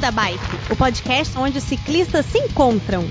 da Bike, o podcast onde os ciclistas se encontram.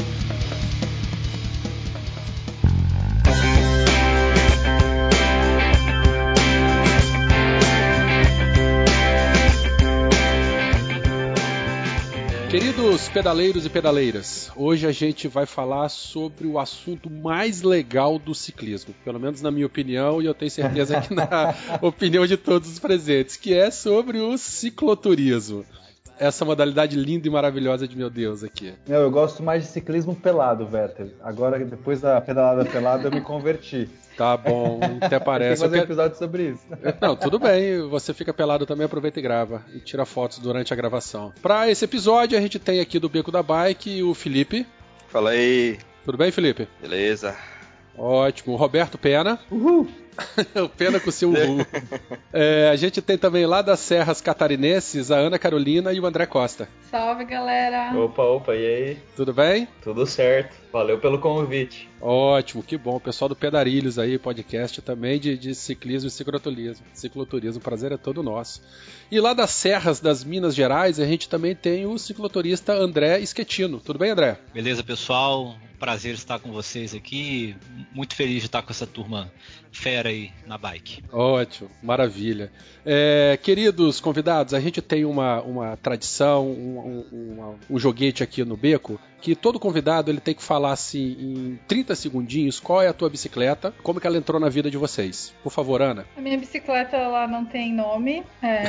Queridos pedaleiros e pedaleiras, hoje a gente vai falar sobre o assunto mais legal do ciclismo, pelo menos na minha opinião, e eu tenho certeza que na opinião de todos os presentes, que é sobre o cicloturismo. Essa modalidade linda e maravilhosa de meu Deus aqui. Eu gosto mais de ciclismo pelado, Werther. Agora, depois da pedalada pelada, eu me converti. Tá bom, até parece. Tem que fazer um episódio sobre isso. Não, tudo bem. Você fica pelado também, aproveita e grava. E tira fotos durante a gravação. Pra esse episódio, a gente tem aqui do Beco da Bike o Felipe. Fala aí. Tudo bem, Felipe? Beleza. Ótimo. O Roberto Pena. Uhul! O Pena com seu uhul. A gente tem também lá das Serras Catarinenses a Ana Carolina e o André Costa. Salve, galera! Opa, e aí? Tudo bem? Tudo certo. Valeu pelo convite. Ótimo, que bom. O pessoal do Pedarilhos aí, podcast também de ciclismo e cicloturismo. O prazer é todo nosso. E lá das Serras das Minas Gerais, a gente também tem o cicloturista André Schettino. Tudo bem, André? Beleza, pessoal? Prazer estar com vocês aqui. Muito feliz de estar com essa turma fera aí na bike. Ótimo, maravilha. Queridos convidados, a gente tem uma tradição, um joguete aqui no Beco, que todo convidado ele tem que falar assim em 30 segundinhos qual é a tua bicicleta, como que ela entrou na vida de vocês. Por favor, Ana. A minha bicicleta ela não tem nome,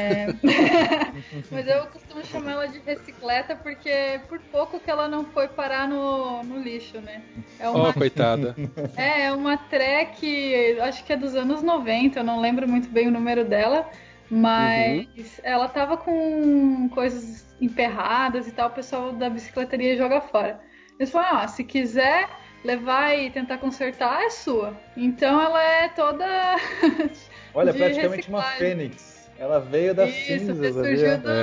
mas eu costumo chamar ela de recicleta porque por pouco que ela não foi parar no lixo, né? Coitada. É uma Trek, acho que é dos anos 90, eu não lembro muito bem o número dela, mas ela tava com coisas emperradas e tal, o pessoal da bicicletaria joga fora. Eles falaram, se quiser levar e tentar consertar, é sua. Então ela é toda Olha, praticamente uma fênix. Ela veio das cinzas ali.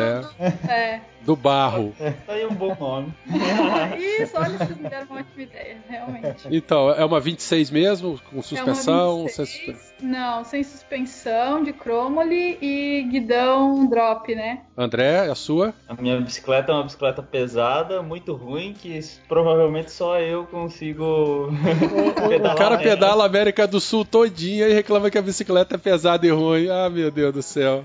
Do barro. Tá aí um bom nome. Isso, olha, vocês me deram uma ótima ideia, realmente. Então, é uma 26 mesmo, com suspensão? Não, sem suspensão, de cromole e guidão drop, né? André, a sua? A minha bicicleta é uma bicicleta pesada, muito ruim, que provavelmente só eu consigo pedalar. O cara pedala a América do Sul todinha e reclama que a bicicleta é pesada e ruim. Ah, meu Deus do céu.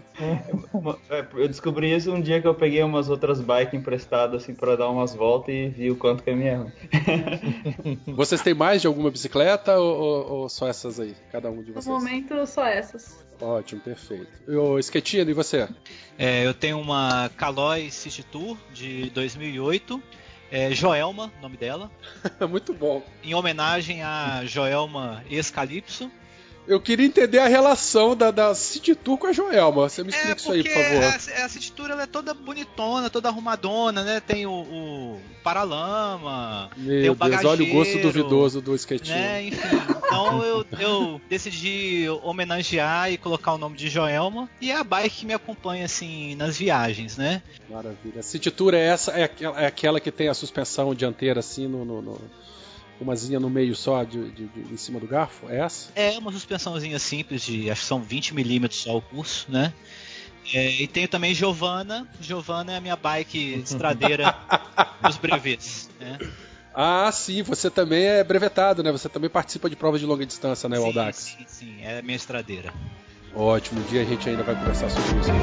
Eu descobri isso um dia que eu peguei umas outras bikes emprestadas assim pra dar umas voltas e vi o quanto que é minha ruim. Vocês têm mais de alguma bicicleta ou só essas aí? Cada um de vocês? No momento, só essas. Ótimo, perfeito. Ô, Schettino, e você? Eu tenho uma Caloi City Tour de 2008. Joelma, nome dela. Muito bom. Em homenagem a Joelma ex-Calypso. Eu queria entender a relação da City Tour com a Joelma. Você me explica isso aí, por favor. A City Tour ela é toda bonitona, toda arrumadona, né? Tem o paralama, tem o bagageiro. Olha o gosto duvidoso do Schettino. Né? Enfim, então eu decidi homenagear e colocar o nome de Joelma. E é a bike que me acompanha, assim, nas viagens, né? Maravilha. A City Tour é aquela que tem a suspensão dianteira, assim, umazinha no meio só, em cima do garfo? É essa? É uma suspensãozinha simples, acho que são 20 milímetros só o curso, né? E tenho também Giovanna. Giovanna é a minha bike estradeira dos brevets, né? Ah, sim, você também é brevetado, né? Você também participa de provas de longa distância, né, Audax? Sim, é a minha estradeira. Ótimo, um dia a gente ainda vai conversar sobre isso.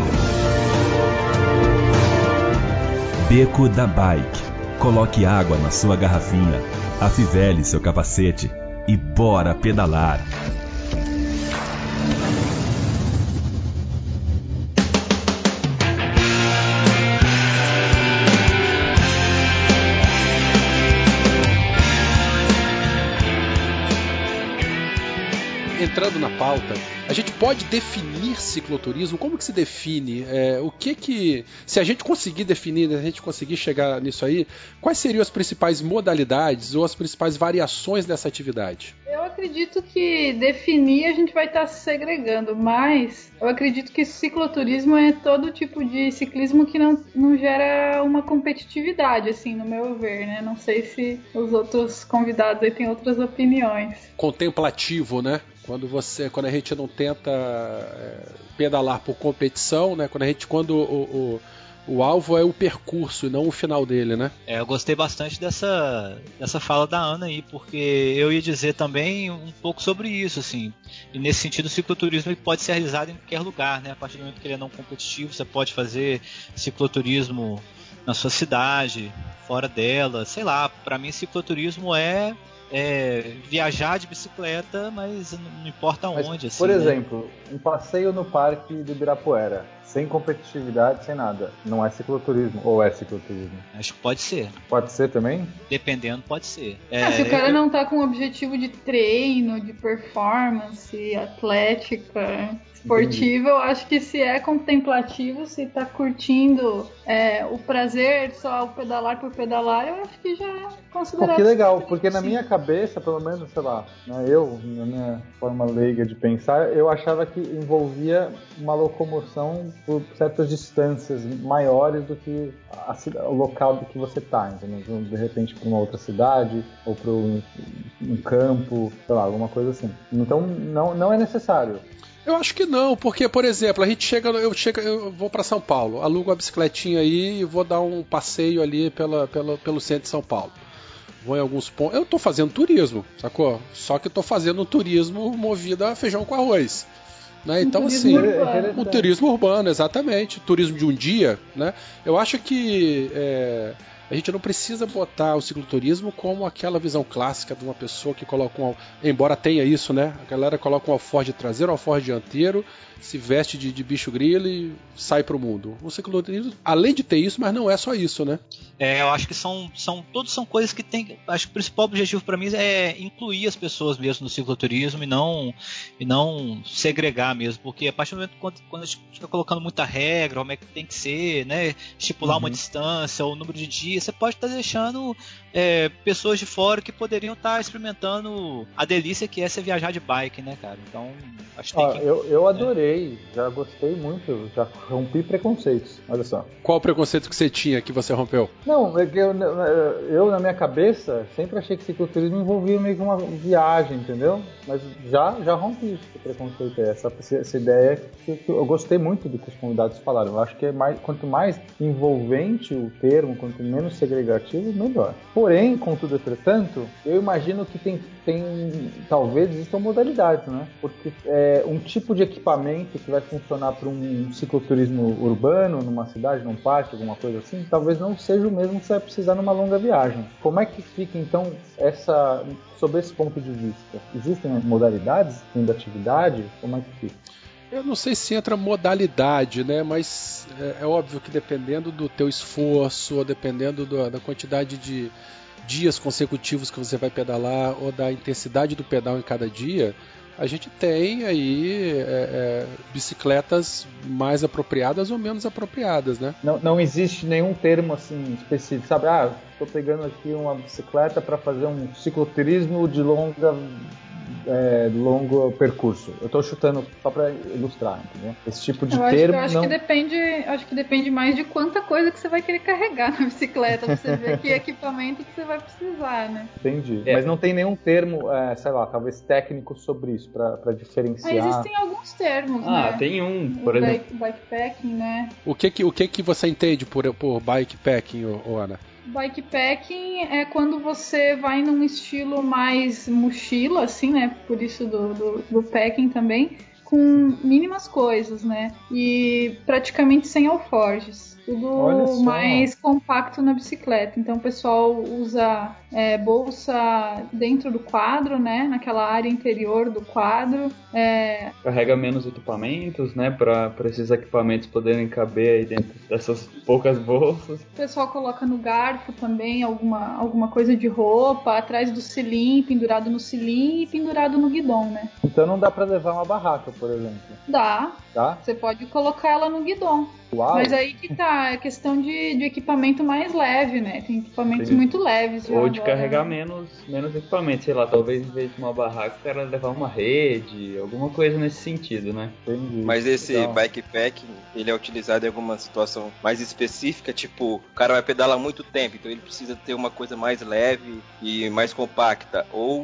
Beco da Bike. Coloque água na sua garrafinha, afivele seu capacete e bora pedalar. Entrando na pauta, a gente pode definir cicloturismo? Como que se define? O que se a gente conseguir definir, a gente conseguir chegar nisso aí, quais seriam as principais modalidades ou as principais variações dessa atividade? Eu acredito que definir a gente vai estar se segregando, mas eu acredito que cicloturismo é todo tipo de ciclismo que não gera uma competitividade, assim, no meu ver, né? Não sei se os outros convidados aí têm outras opiniões. Contemplativo, né? Quando a gente não tenta pedalar por competição, né? Quando o O alvo é o percurso e não o final dele, né? Eu gostei bastante dessa fala da Ana aí, porque eu ia dizer também um pouco sobre isso, assim. E nesse sentido, o cicloturismo ele pode ser realizado em qualquer lugar, né? A partir do momento que ele é não competitivo, você pode fazer cicloturismo na sua cidade, fora dela, sei lá. Para mim, cicloturismo é viajar de bicicleta, mas não importa onde. Assim, por exemplo, um passeio no parque do Ibirapuera, sem competitividade, sem nada, não é cicloturismo ou é cicloturismo? Acho que pode ser. Pode ser também? Dependendo, pode ser. Se o cara não tá com um objetivo de treino, de performance, atlética, esportiva, eu acho que se é contemplativo, se tá curtindo o prazer, só o pedalar por pedalar, eu acho que já é considerado. Que legal, porque na minha cabeça, pelo menos, sei lá, né, na minha forma leiga de pensar, eu achava que envolvia uma locomoção por certas distâncias maiores do que o local do que você tá, entendeu? De repente para uma outra cidade ou para um campo, sei lá, alguma coisa assim. Então não é necessário. Eu acho que não, porque, por exemplo, eu vou para São Paulo, alugo a bicicletinha aí e vou dar um passeio ali pelo centro de São Paulo. Vou em alguns pontos. Eu tô fazendo turismo, sacou? Só que eu tô fazendo um turismo movido a feijão com arroz. Né? Então, assim, o turismo urbano, exatamente. Turismo de um dia, né? Eu acho que a gente não precisa botar o cicloturismo como aquela visão clássica de uma pessoa que coloca embora tenha isso, né? A galera coloca um alforje traseiro, um alforje dianteiro, se veste de bicho grilo e sai pro mundo. O cicloturismo, além de ter isso, mas não é só isso, né? Eu acho que todos são coisas que tem. Acho que o principal objetivo para mim é incluir as pessoas mesmo no cicloturismo e não segregar mesmo, porque a partir do momento quando a gente fica colocando muita regra, como é que tem que ser, né? Estipular uma distância ou número de dias, você pode estar deixando pessoas de fora que poderiam estar experimentando a delícia que é você viajar de bike, né, cara? Então, acho que eu adorei, já gostei muito, já rompi preconceitos, olha só. Qual o preconceito que você tinha que você rompeu? Não, é que eu na minha cabeça sempre achei que cicloturismo envolvia meio que uma viagem, entendeu? Mas já rompi esse preconceito aí, essa ideia que eu gostei muito do que os convidados falaram. Eu acho que quanto mais envolvente o termo, quanto menos segregativo, melhor. Porém, contudo, entretanto, eu imagino que tem talvez existam modalidades, né? Porque um tipo de equipamento que vai funcionar para um cicloturismo urbano, numa cidade, num parque, alguma coisa assim, talvez não seja o mesmo que você vai precisar numa longa viagem. Como é que fica, então, sob esse ponto de vista? Existem modalidades de atividade? Como é que fica? Eu não sei se entra modalidade, né? Mas é óbvio que dependendo do teu esforço, ou dependendo da quantidade de dias consecutivos que você vai pedalar, ou da intensidade do pedal em cada dia, a gente tem aí bicicletas mais apropriadas ou menos apropriadas, né? Não existe nenhum termo assim específico, sabe? Estou pegando aqui uma bicicleta para fazer um cicloturismo de longo percurso. Eu estou chutando só para ilustrar, entendeu? Esse tipo de termo eu acho que depende mais de quanta coisa que você vai querer carregar na bicicleta, pra você ver que equipamento que você vai precisar, né? Entendi. Mas não tem nenhum termo, sei lá, talvez técnico sobre isso, para diferenciar. Existem alguns termos, né? Tem um, por exemplo. Bikepacking, né? O que você entende por bikepacking, Ana? Bikepacking é quando você vai num estilo mais mochila, assim, né? Por isso do packing também, com mínimas coisas, né? E praticamente sem alforjes. Tudo mais compacto na bicicleta. Então o pessoal usa bolsa dentro do quadro, né? Naquela área interior do quadro. Carrega menos equipamentos, né? Para esses equipamentos poderem caber aí dentro dessas poucas bolsas. O pessoal coloca no garfo também alguma coisa de roupa, atrás do cilim, pendurado no cilim e pendurado no guidão, né? Então não dá para levar uma barraca, por exemplo? Dá. Tá? Você pode colocar ela no guidão. Uau. Mas aí que tá, é questão de equipamento mais leve, né? Tem equipamentos muito leves. Ou de carregar menos equipamento, sei lá, talvez em vez de uma barraca, o cara levar uma rede, alguma coisa nesse sentido, né? Entendi. Mas esse bikepacking, ele é utilizado em alguma situação mais específica, tipo, o cara vai pedalar muito tempo, então ele precisa ter uma coisa mais leve e mais compacta, ou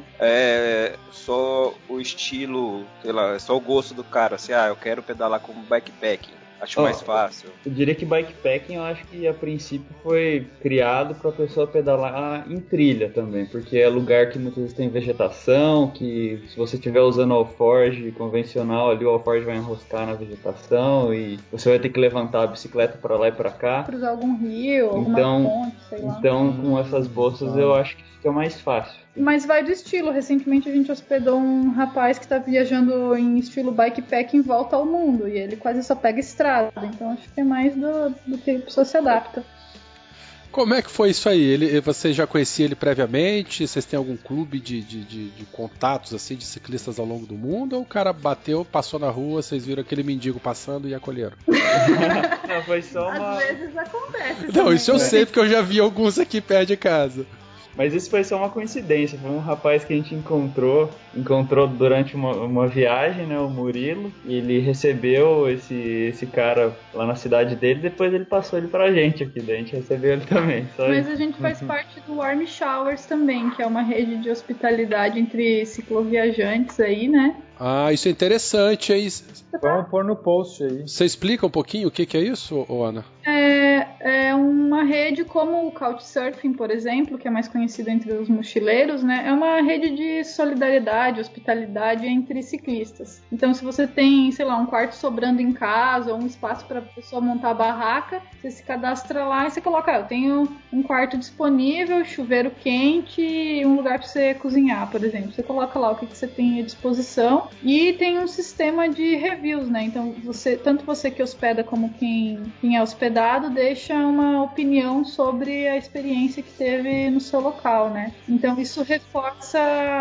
só o estilo, sei lá, só o gosto do cara, assim, eu quero pedalar como bikepacking. Acho mais fácil. Eu diria que bikepacking, eu acho que a princípio foi criado para a pessoa pedalar em trilha também, porque é lugar que muitas vezes tem vegetação, que se você estiver usando o alforge convencional ali, o alforge vai enroscar na vegetação e você vai ter que levantar a bicicleta para lá e para cá. Cruzar algum rio, alguma ponte, sei lá. Então, com essas bolsas, eu acho que fica mais fácil. Mas vai do estilo. Recentemente a gente hospedou um rapaz que tá viajando em estilo bikepack em volta ao mundo. E ele quase só pega estrada. Então acho que é mais do que a pessoa se adapta. Como é que foi isso aí? Você já conhecia ele previamente? Vocês têm algum clube de contatos assim de ciclistas ao longo do mundo? Ou o cara bateu, passou na rua, vocês viram aquele mendigo passando e acolheram? Não, foi só uma... Às vezes acontece. Não, também, isso eu sei porque eu já vi alguns aqui perto de casa. Mas isso foi só uma coincidência, foi um rapaz que a gente encontrou durante uma viagem, né, o Murilo, e ele recebeu esse cara lá na cidade dele, depois ele passou ele pra gente aqui, daí a gente recebeu ele também. Mas a gente faz parte do Warm Showers também, que é uma rede de hospitalidade entre cicloviajantes aí, né? Ah, isso é interessante, hein? Vamos pôr no post aí. Você explica um pouquinho o que é isso, Ana? É uma rede como o Couchsurfing, por exemplo, que é mais conhecido entre os mochileiros, né? É uma rede de solidariedade, hospitalidade entre ciclistas. Então, se você tem, sei lá, um quarto sobrando em casa ou um espaço para a pessoa montar a barraca, você se cadastra lá e você coloca, eu tenho um quarto disponível, chuveiro quente e um lugar para você cozinhar, por exemplo. Você coloca lá o que você tem à disposição e tem um sistema de reviews, né? Então, tanto você que hospeda como quem é hospedado deixa uma opinião sobre a experiência que teve no seu local, né? Então isso reforça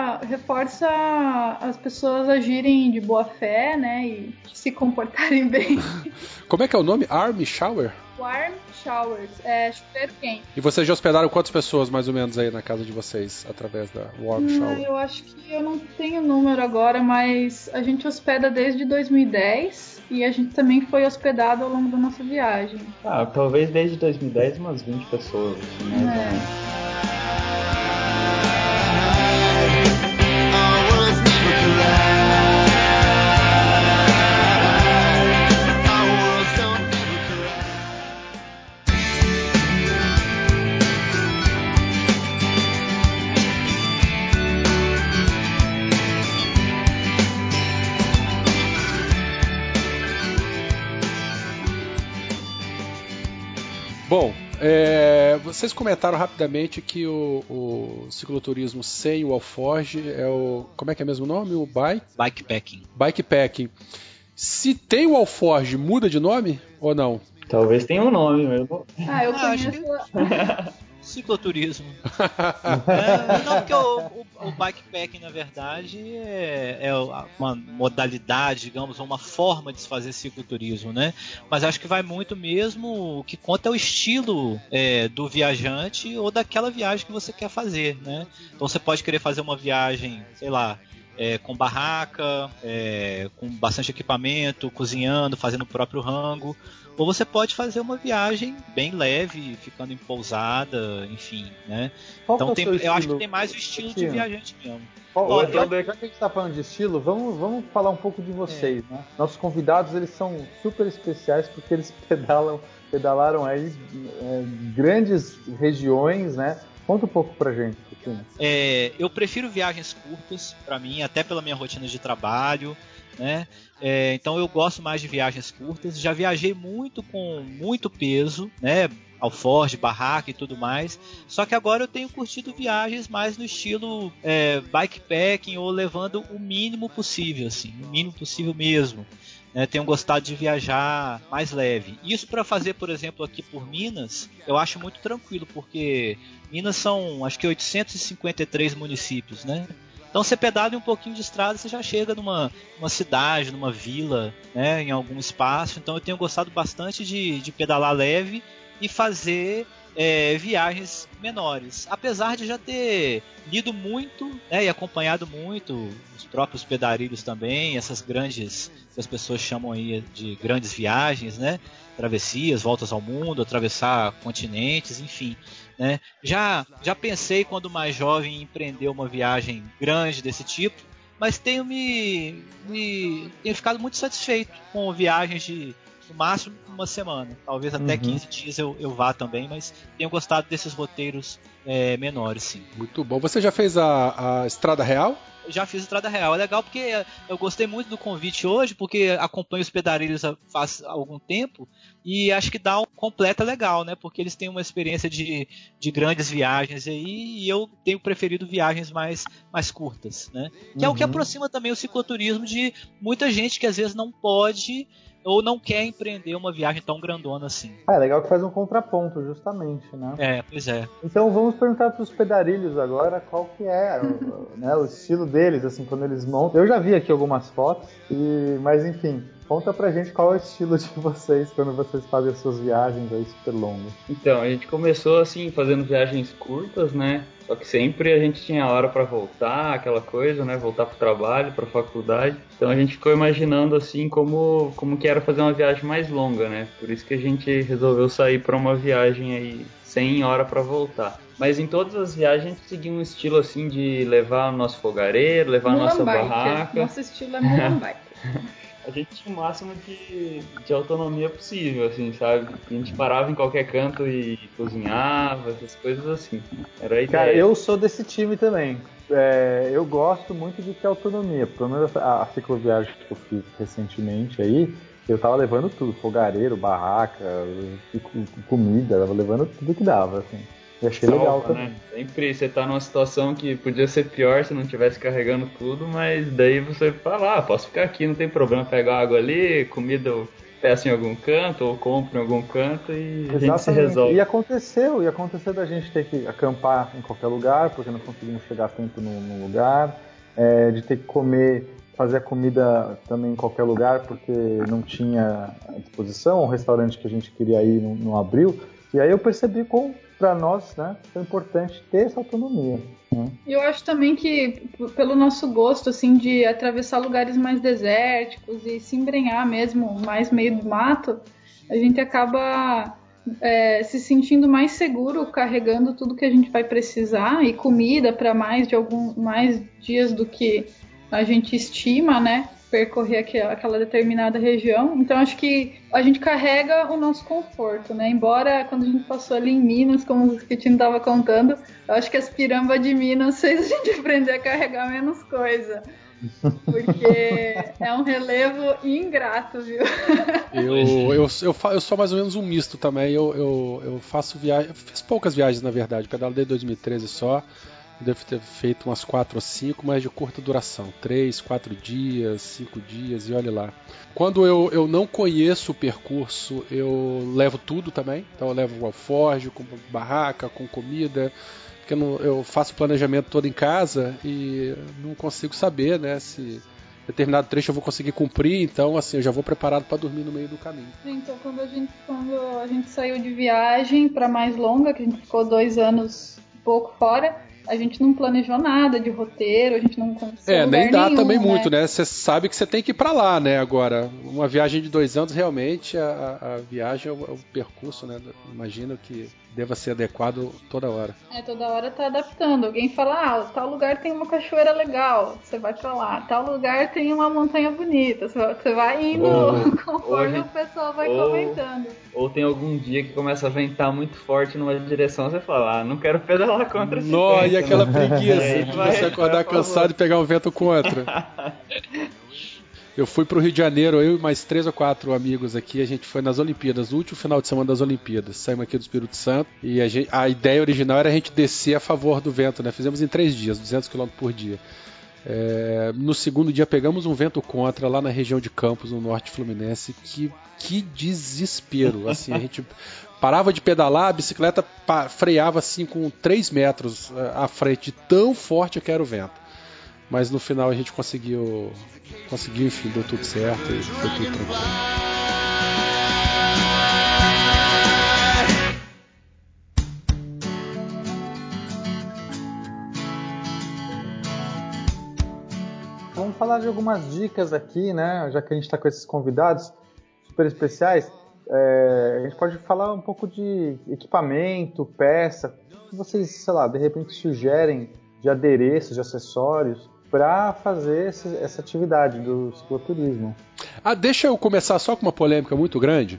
as pessoas agirem de boa fé, né? E se comportarem bem. Como é que é o nome? Warm Shower? Warm Showers, chuveiro quente. E vocês já hospedaram quantas pessoas mais ou menos aí na casa de vocês através da Warm Shower? Eu acho que eu não tenho número agora, mas a gente hospeda desde 2010 e a gente também foi hospedado ao longo da nossa viagem. Talvez desde 2010 umas 20 pessoas, assim, mais ou menos. Bom, vocês comentaram rapidamente que o cicloturismo sem o alforge é o... Como é que é mesmo o nome? O Bikepacking. Bikepacking. Se tem o alforge, muda de nome ou não? Talvez tenha um nome mesmo. Eu conheço... Cicloturismo. Não, porque o bikepacking, na verdade, é uma modalidade, digamos, uma forma de se fazer cicloturismo, né? Mas acho que vai muito mesmo, o que conta é o estilo do viajante ou daquela viagem que você quer fazer, né? Então você pode querer fazer uma viagem, sei lá, com barraca, com bastante equipamento, cozinhando, fazendo o próprio rango. Ou você pode fazer uma viagem bem leve, ficando em pousada, enfim, né? Então eu acho que tem mais o estilo de viajante mesmo. Já que a gente está falando de estilo, vamos falar um pouco de vocês, né? Nossos convidados, eles são super especiais porque eles pedalaram aí grandes regiões, né? Conta um pouco pra gente, Cristina. Eu prefiro viagens curtas, pra mim, até pela minha rotina de trabalho, né? Então eu gosto mais de viagens curtas. Já viajei muito com muito peso, né? Alforge, barraca e tudo mais. Só que agora eu tenho curtido viagens mais no estilo bikepacking ou levando o mínimo possível, assim, o mínimo possível mesmo. Tenho gostado de viajar mais leve. Isso para fazer, por exemplo, aqui por Minas, eu acho muito tranquilo, porque Minas são, acho que 853 municípios, né? Então você pedala um pouquinho de estrada, você já chega numa cidade, numa vila, né, em algum espaço. Então eu tenho gostado bastante de pedalar leve e fazer viagens menores. Apesar de já ter lido muito, né, e acompanhado muito os próprios pedarilhos também, essas grandes, que as pessoas chamam aí de grandes viagens, né, travessias, voltas ao mundo, atravessar continentes, enfim. Né? Já pensei quando mais jovem em empreender uma viagem grande desse tipo, mas tenho ficado muito satisfeito com viagens de no máximo uma semana. Talvez até 15 dias eu vá também, mas tenho gostado desses roteiros menores, sim. Muito bom. Você já fez a Estrada Real? Eu já fiz Estrada Real. É legal porque eu gostei muito do convite hoje, porque acompanho os pedaleiros faz algum tempo e acho que dá um completa legal, né? Porque eles têm uma experiência de grandes viagens aí e eu tenho preferido viagens mais curtas, né? Que é o que aproxima também o cicloturismo de muita gente que às vezes não pode ou não quer empreender uma viagem tão grandona assim. É legal que faz um contraponto, justamente, né? Pois é. Então vamos perguntar para os pedarilhos agora qual que é o estilo deles, assim, quando eles montam. Eu já vi aqui algumas fotos, mas enfim, conta pra gente qual é o estilo de vocês quando vocês fazem as suas viagens aí super longas. Então, a gente começou assim, fazendo viagens curtas, né? Só que sempre a gente tinha hora para voltar, aquela coisa, né? Voltar pro trabalho, pra faculdade. Então a gente ficou imaginando assim como que era fazer uma viagem mais longa, né? Por isso que a gente resolveu sair para uma viagem aí sem hora para voltar. Mas em todas as viagens a gente seguia um estilo assim de levar o nosso fogareiro, levar a nossa barraca. Nosso estilo é Mulambike. A gente tinha o máximo de autonomia possível, assim, sabe? A gente parava em qualquer canto e cozinhava, essas coisas assim. Era a ideia. Cara, eu sou desse time também. Eu gosto muito de ter autonomia. Pelo menos a cicloviagem que eu fiz recentemente aí, eu tava levando tudo. Fogareiro, barraca, comida, tava levando tudo que dava, assim. E achei legal também. Né? Sempre você tá numa situação que podia ser pior se não estivesse carregando tudo, mas daí você fala, posso ficar aqui, não tem problema, pegar água ali, comida eu peço em algum canto, ou compro em algum canto e a gente se resolve. E aconteceu da gente ter que acampar em qualquer lugar, porque não conseguimos chegar a tempo no lugar, de ter que fazer a comida também em qualquer lugar, porque não tinha à disposição, o restaurante que a gente queria ir não abriu, e aí eu percebi como para nós, né, é importante ter essa autonomia. Né? E eu acho também que, pelo nosso gosto, assim, de atravessar lugares mais desérticos e se embrenhar mesmo, mais meio do mato, a gente acaba se sentindo mais seguro carregando tudo que a gente vai precisar e comida para mais dias do que a gente estima, né? Percorrer aquela determinada região. Então acho que a gente carrega o nosso conforto, né? Embora quando a gente passou ali em Minas, como o Skitino estava contando, eu acho que as pirambas de Minas fez a gente aprender a carregar menos coisa. Porque é um relevo ingrato, viu? Eu sou mais ou menos um misto também. Eu faço viagem. Eu fiz poucas viagens, na verdade. Pedalo desde 2013 só. Devo ter feito umas 4 ou 5, mas de curta duração. 3, 4 dias, 5 dias e olha lá. Quando eu não conheço o percurso, eu levo tudo também. Então eu levo o alforje, com barraca, com comida. Porque eu faço o planejamento todo em casa e não consigo saber, né, se determinado trecho eu vou conseguir cumprir. Então, assim, eu já vou preparado para dormir no meio do caminho. Então, quando a gente saiu de viagem para mais longa, que a gente ficou 2 anos e pouco fora, a gente não planejou nada de roteiro, a gente não conheceu nem dá nenhum, também muito, né? Você sabe que você tem que ir pra lá, né? Agora, uma viagem de 2 anos, realmente, a viagem é o percurso, né? Imagino que deva ser adequado toda hora. Toda hora tá adaptando. Alguém fala, tal lugar tem uma cachoeira legal, você vai pra lá. Tal lugar tem uma montanha bonita, você vai indo conforme o pessoal vai comentando. Ou tem algum dia que começa a ventar muito forte numa direção, você fala, não quero pedalar contra esse vento. E aquela preguiça de você acordar cansado e pegar um vento contra. Eu fui pro Rio de Janeiro, eu e mais 3 ou 4 amigos aqui, a gente foi nas Olimpíadas, no último final de semana das Olimpíadas. Saímos aqui do Espírito Santo e a ideia original era a gente descer a favor do vento, né? Fizemos em 3 dias, 200 km por dia. No segundo dia pegamos um vento contra lá na região de Campos, no norte fluminense. Que desespero, assim, a gente parava de pedalar, a bicicleta freava assim com 3 metros à frente, de tão forte que era o vento. Mas no final a gente conseguiu, enfim, deu tudo certo e foi tudo tranquilo. Vamos falar de algumas dicas aqui, né? Já que a gente está com esses convidados super especiais, a gente pode falar um pouco de equipamento, peça, o que vocês, sei lá, de repente sugerem de adereços, de acessórios. para fazer essa atividade do cicloturismo. Deixa eu começar só com uma polêmica muito grande.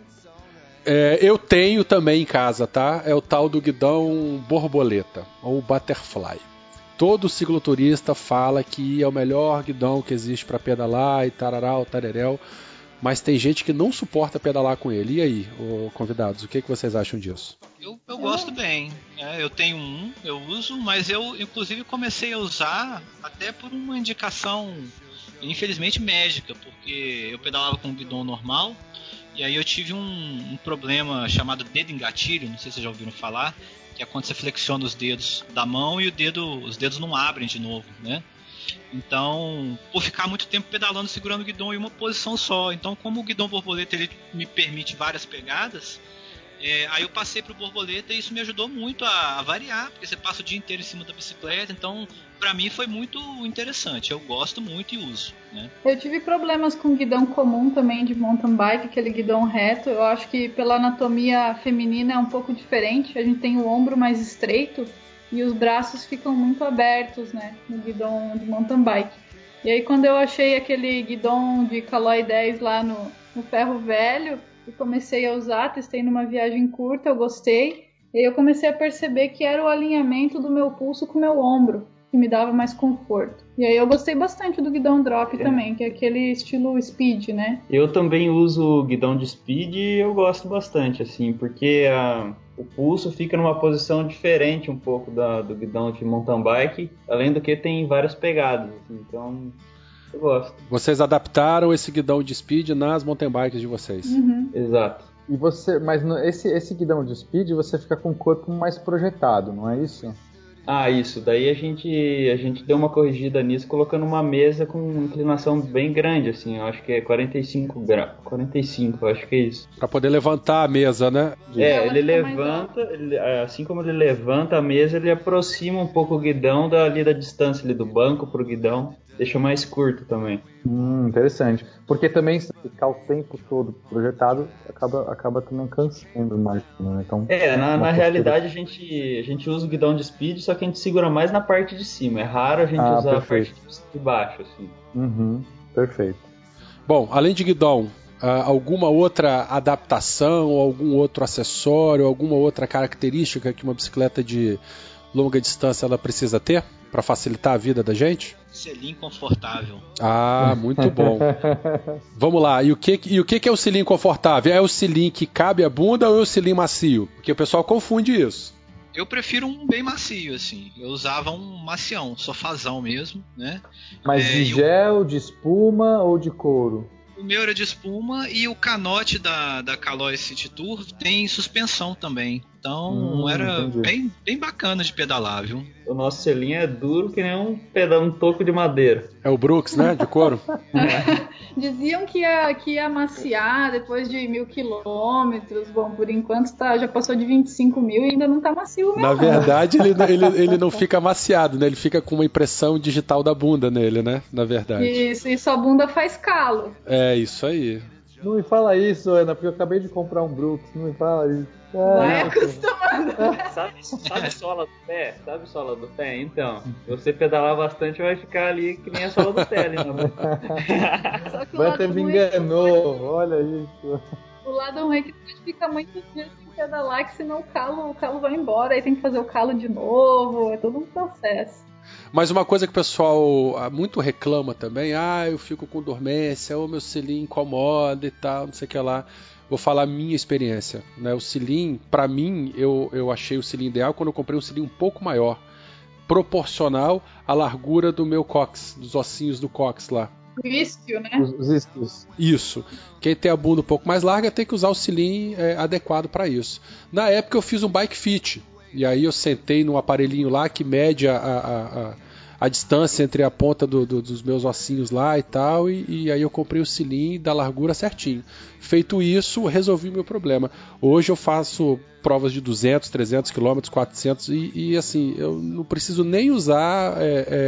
Eu tenho também em casa, tá? É o tal do guidão borboleta, ou butterfly. Todo cicloturista fala que é o melhor guidão que existe para pedalar e tarará, tareréu, mas tem gente que não suporta pedalar com ele. E aí, convidados, o que vocês acham disso? Eu gosto bem. Eu tenho eu uso, mas eu inclusive comecei a usar até por uma indicação, infelizmente médica, porque eu pedalava com um guidão normal e aí eu tive um problema chamado dedo em gatilho, não sei se vocês já ouviram falar, que é quando você flexiona os dedos da mão e os dedos não abrem de novo, né? Então, por ficar muito tempo pedalando, segurando o guidão em uma posição só. Então, como o guidão borboleta ele me permite várias pegadas, aí eu passei pro borboleta e isso me ajudou muito a variar, porque você passa o dia inteiro em cima da bicicleta. Então, pra mim foi muito interessante. Eu gosto muito e uso, né? Eu tive problemas com guidão comum também de mountain bike, aquele guidão reto. Eu acho que pela anatomia feminina é um pouco diferente. A gente tem o ombro mais estreito e os braços ficam muito abertos, né, no guidão de mountain bike. E aí quando eu achei aquele guidão de Caloi 10 lá no ferro velho e comecei a usar, testei numa viagem curta, eu gostei. E aí eu comecei a perceber que era o alinhamento do meu pulso com o meu ombro que me dava mais conforto. E aí eu gostei bastante do guidão drop também, que é aquele estilo speed, né? Eu também uso o guidão de speed e eu gosto bastante, assim, porque o pulso fica numa posição diferente um pouco do guidão de mountain bike, além do que tem várias pegadas, assim, então eu gosto. Vocês adaptaram esse guidão de speed nas mountain bikes de vocês. Uhum. Exato. E mas esse guidão de speed você fica com o corpo mais projetado, não é isso? Isso. Daí a gente deu uma corrigida nisso, colocando uma mesa com inclinação bem grande, assim. Eu acho que é 45 graus. 45, eu acho que é isso. Pra poder levantar a mesa, né? Ele levanta, assim como ele levanta a mesa, ele aproxima um pouco o guidão da distância ali do banco pro guidão. Deixa mais curto também. Interessante. Porque também se ficar o tempo todo projetado, acaba também cansando mais. Né? Então, na realidade a gente usa o guidão de speed, só que a gente segura mais na parte de cima. É raro a gente usar perfeito. a parte de baixo, assim. Perfeito. Bom, além de guidão, alguma outra adaptação, ou algum outro acessório, alguma outra característica que uma bicicleta de longa distância ela precisa ter para facilitar a vida da gente? Selim confortável. Muito bom. Vamos lá, e o que é o selim confortável? É o selim que cabe a bunda ou é o selim macio? Porque o pessoal confunde isso. Eu prefiro um bem macio, assim. Eu usava um macião, sofazão mesmo, né? Mas de gel, de espuma ou de couro? O meu era de espuma e o canote da Caloi City Tour tem suspensão também. Então era bem bem bacana de pedalar, viu? O nosso selinho é duro que nem um toco de madeira. É o Brooks, né? De couro. Diziam que ia amaciar depois de 1.000 quilômetros. Bom, por enquanto já passou de 25 mil e ainda não tá macio mesmo. Na verdade, ele não fica amaciado, né? Ele fica com uma impressão digital da bunda nele, né? Na verdade. Isso, e sua bunda faz calo. É, isso aí. Não me fala isso, Ana, porque eu acabei de comprar um Brooks. Não me fala isso. Vai acostumando. Sabe sola do pé? Sabe sola do pé? Então, se você pedalar bastante, vai ficar ali que nem a sola do pé ali na boca. Vai ter me enganou, olha isso. O lado ruim é que você fica muitos dias sem pedalar, que senão o calo vai embora, aí tem que fazer o calo de novo, é todo um processo. Mas uma coisa que o pessoal muito reclama também, eu fico com dormência, meu selim incomoda e tal, não sei o que lá. Vou falar a minha experiência, né? O selim, pra mim, eu achei o selim ideal quando eu comprei um selim um pouco maior, proporcional à largura do meu cóccix, dos ossinhos do cóccix lá. Isquio, né? Os isquios. Isso. Quem tem a bunda um pouco mais larga tem que usar o selim adequado para isso. Na época eu fiz um bike fit, e aí eu sentei num aparelhinho lá que mede a distância entre a ponta dos meus ossinhos lá e tal, e aí eu comprei o selim da largura certinho. Feito isso, resolvi o meu problema. Hoje eu faço provas de 200, 300 km, 400 e assim, eu não preciso nem usar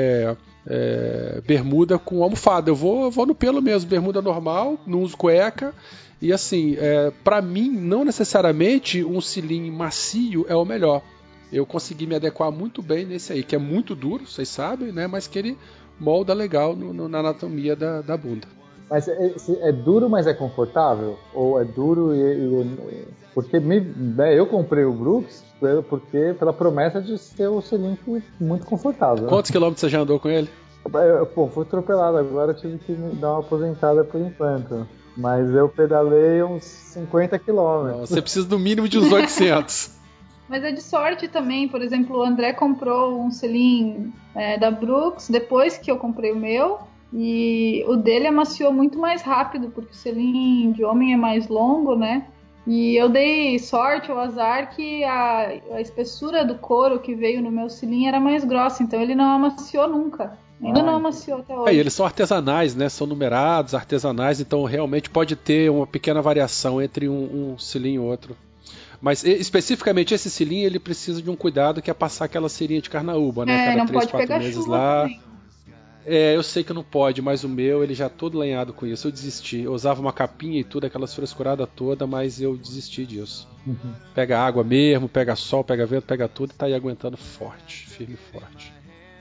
bermuda com almofada. Eu vou no pelo mesmo, bermuda normal, não uso cueca. E assim, para mim, não necessariamente um selim macio é o melhor. Eu consegui me adequar muito bem nesse aí, que é muito duro, vocês sabem, né? Mas que ele molda legal na anatomia da bunda. Mas é duro, mas é confortável? Ou é duro porque eu comprei o Brooks pela promessa de ser um selim muito confortável. Quantos quilômetros você já andou com ele? Fui atropelado agora, tive que dar uma aposentada por enquanto. Mas eu pedalei uns 50 quilômetros. Você precisa do mínimo de uns 800. Mas é de sorte também. Por exemplo, o André comprou um selim da Brooks depois que eu comprei o meu. E o dele amaciou muito mais rápido, porque o selim de homem é mais longo, né? E eu dei sorte ou azar que a espessura do couro que veio no meu selim era mais grossa, então ele não amaciou nunca. Ainda não amaciou até hoje. E eles são artesanais, né? São numerados, artesanais, então realmente pode ter uma pequena variação entre um selim e outro. Mas especificamente esse selim, ele precisa de um cuidado, que é passar aquela cerinha de carnaúba, né? Cada não 3, pode 4 pegar meses chuva lá. também. Eu sei que não pode, mas o meu, ele já todo lenhado com isso. Eu desisti. Eu usava uma capinha e tudo, aquelas frescuradas todas, mas eu desisti disso. Uhum. Pega água mesmo, pega sol, pega vento, pega tudo e tá aí aguentando forte, firme e forte.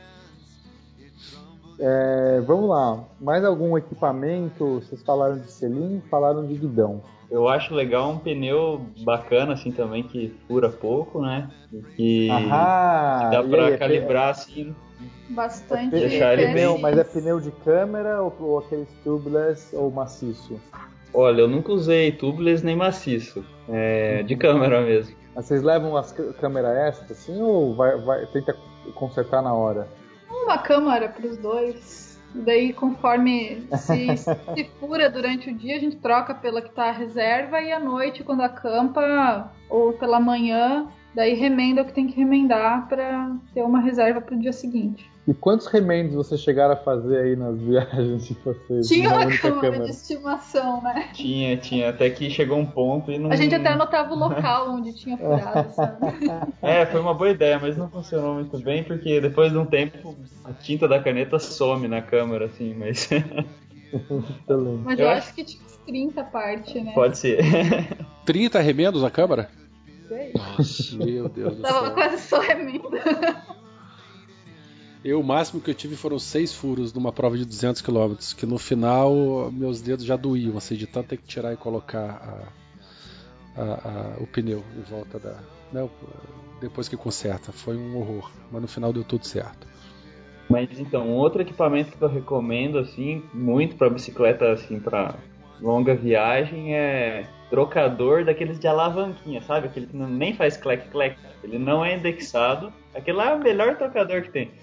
Vamos lá. Mais algum equipamento? Vocês falaram de selim, falaram de guidão. Eu acho legal um pneu bacana assim também, que fura pouco, né? Que dá pra calibrar assim. Bastante pneu, mas é pneu de câmera ou aqueles tubeless ou maciço? Olha, eu nunca usei tubeless nem maciço. De câmera mesmo. Mas vocês levam as câmeras extra assim ou tenta consertar na hora? Uma câmera para os dois. Daí, conforme se fura durante o dia, a gente troca pela que tá a reserva, e à noite, quando acampa, ou pela manhã, daí remenda o que tem que remendar para ter uma reserva para o dia seguinte. E quantos remendos vocês chegaram a fazer aí nas viagens de vocês? Tinha uma câmera de estimação, né? Tinha. Até que chegou um ponto e não... A gente até anotava o local onde tinha furado, sabe? Foi uma boa ideia, mas não funcionou muito bem, porque depois de um tempo a tinta da caneta some na câmera, assim, mas... Mas eu acho que tinha uns 30 partes, né? Pode ser. 30 remendos na câmera? Sei. Nossa, meu Deus do céu. Tava quase só remenda. O máximo que eu tive foram 6 furos numa prova de 200 km, que no final meus dedos já doíam, assim, de tanto ter que tirar e colocar o pneu em volta depois que conserta. Foi um horror, mas no final deu tudo certo. Mas então, outro equipamento que eu recomendo, assim, muito para bicicleta, assim, para longa viagem, é trocador daqueles de alavanquinha, sabe? Aquele que nem faz clec-clec, ele não é indexado. Aquele lá é o melhor trocador que tem.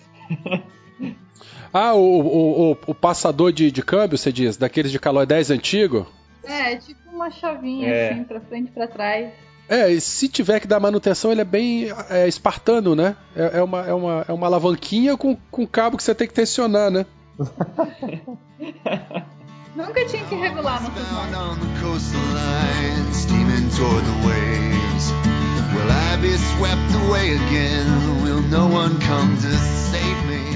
O passador de câmbio, você diz? Daqueles de calói 10 antigo? É tipo uma chavinha assim, pra frente e pra trás. E se tiver que dar manutenção, ele é bem espartano, né? É uma alavanquinha com cabo que você tem que tensionar, né? Nunca tinha que regular nossas mãos. Will I be swept away again? Will no one come to save me?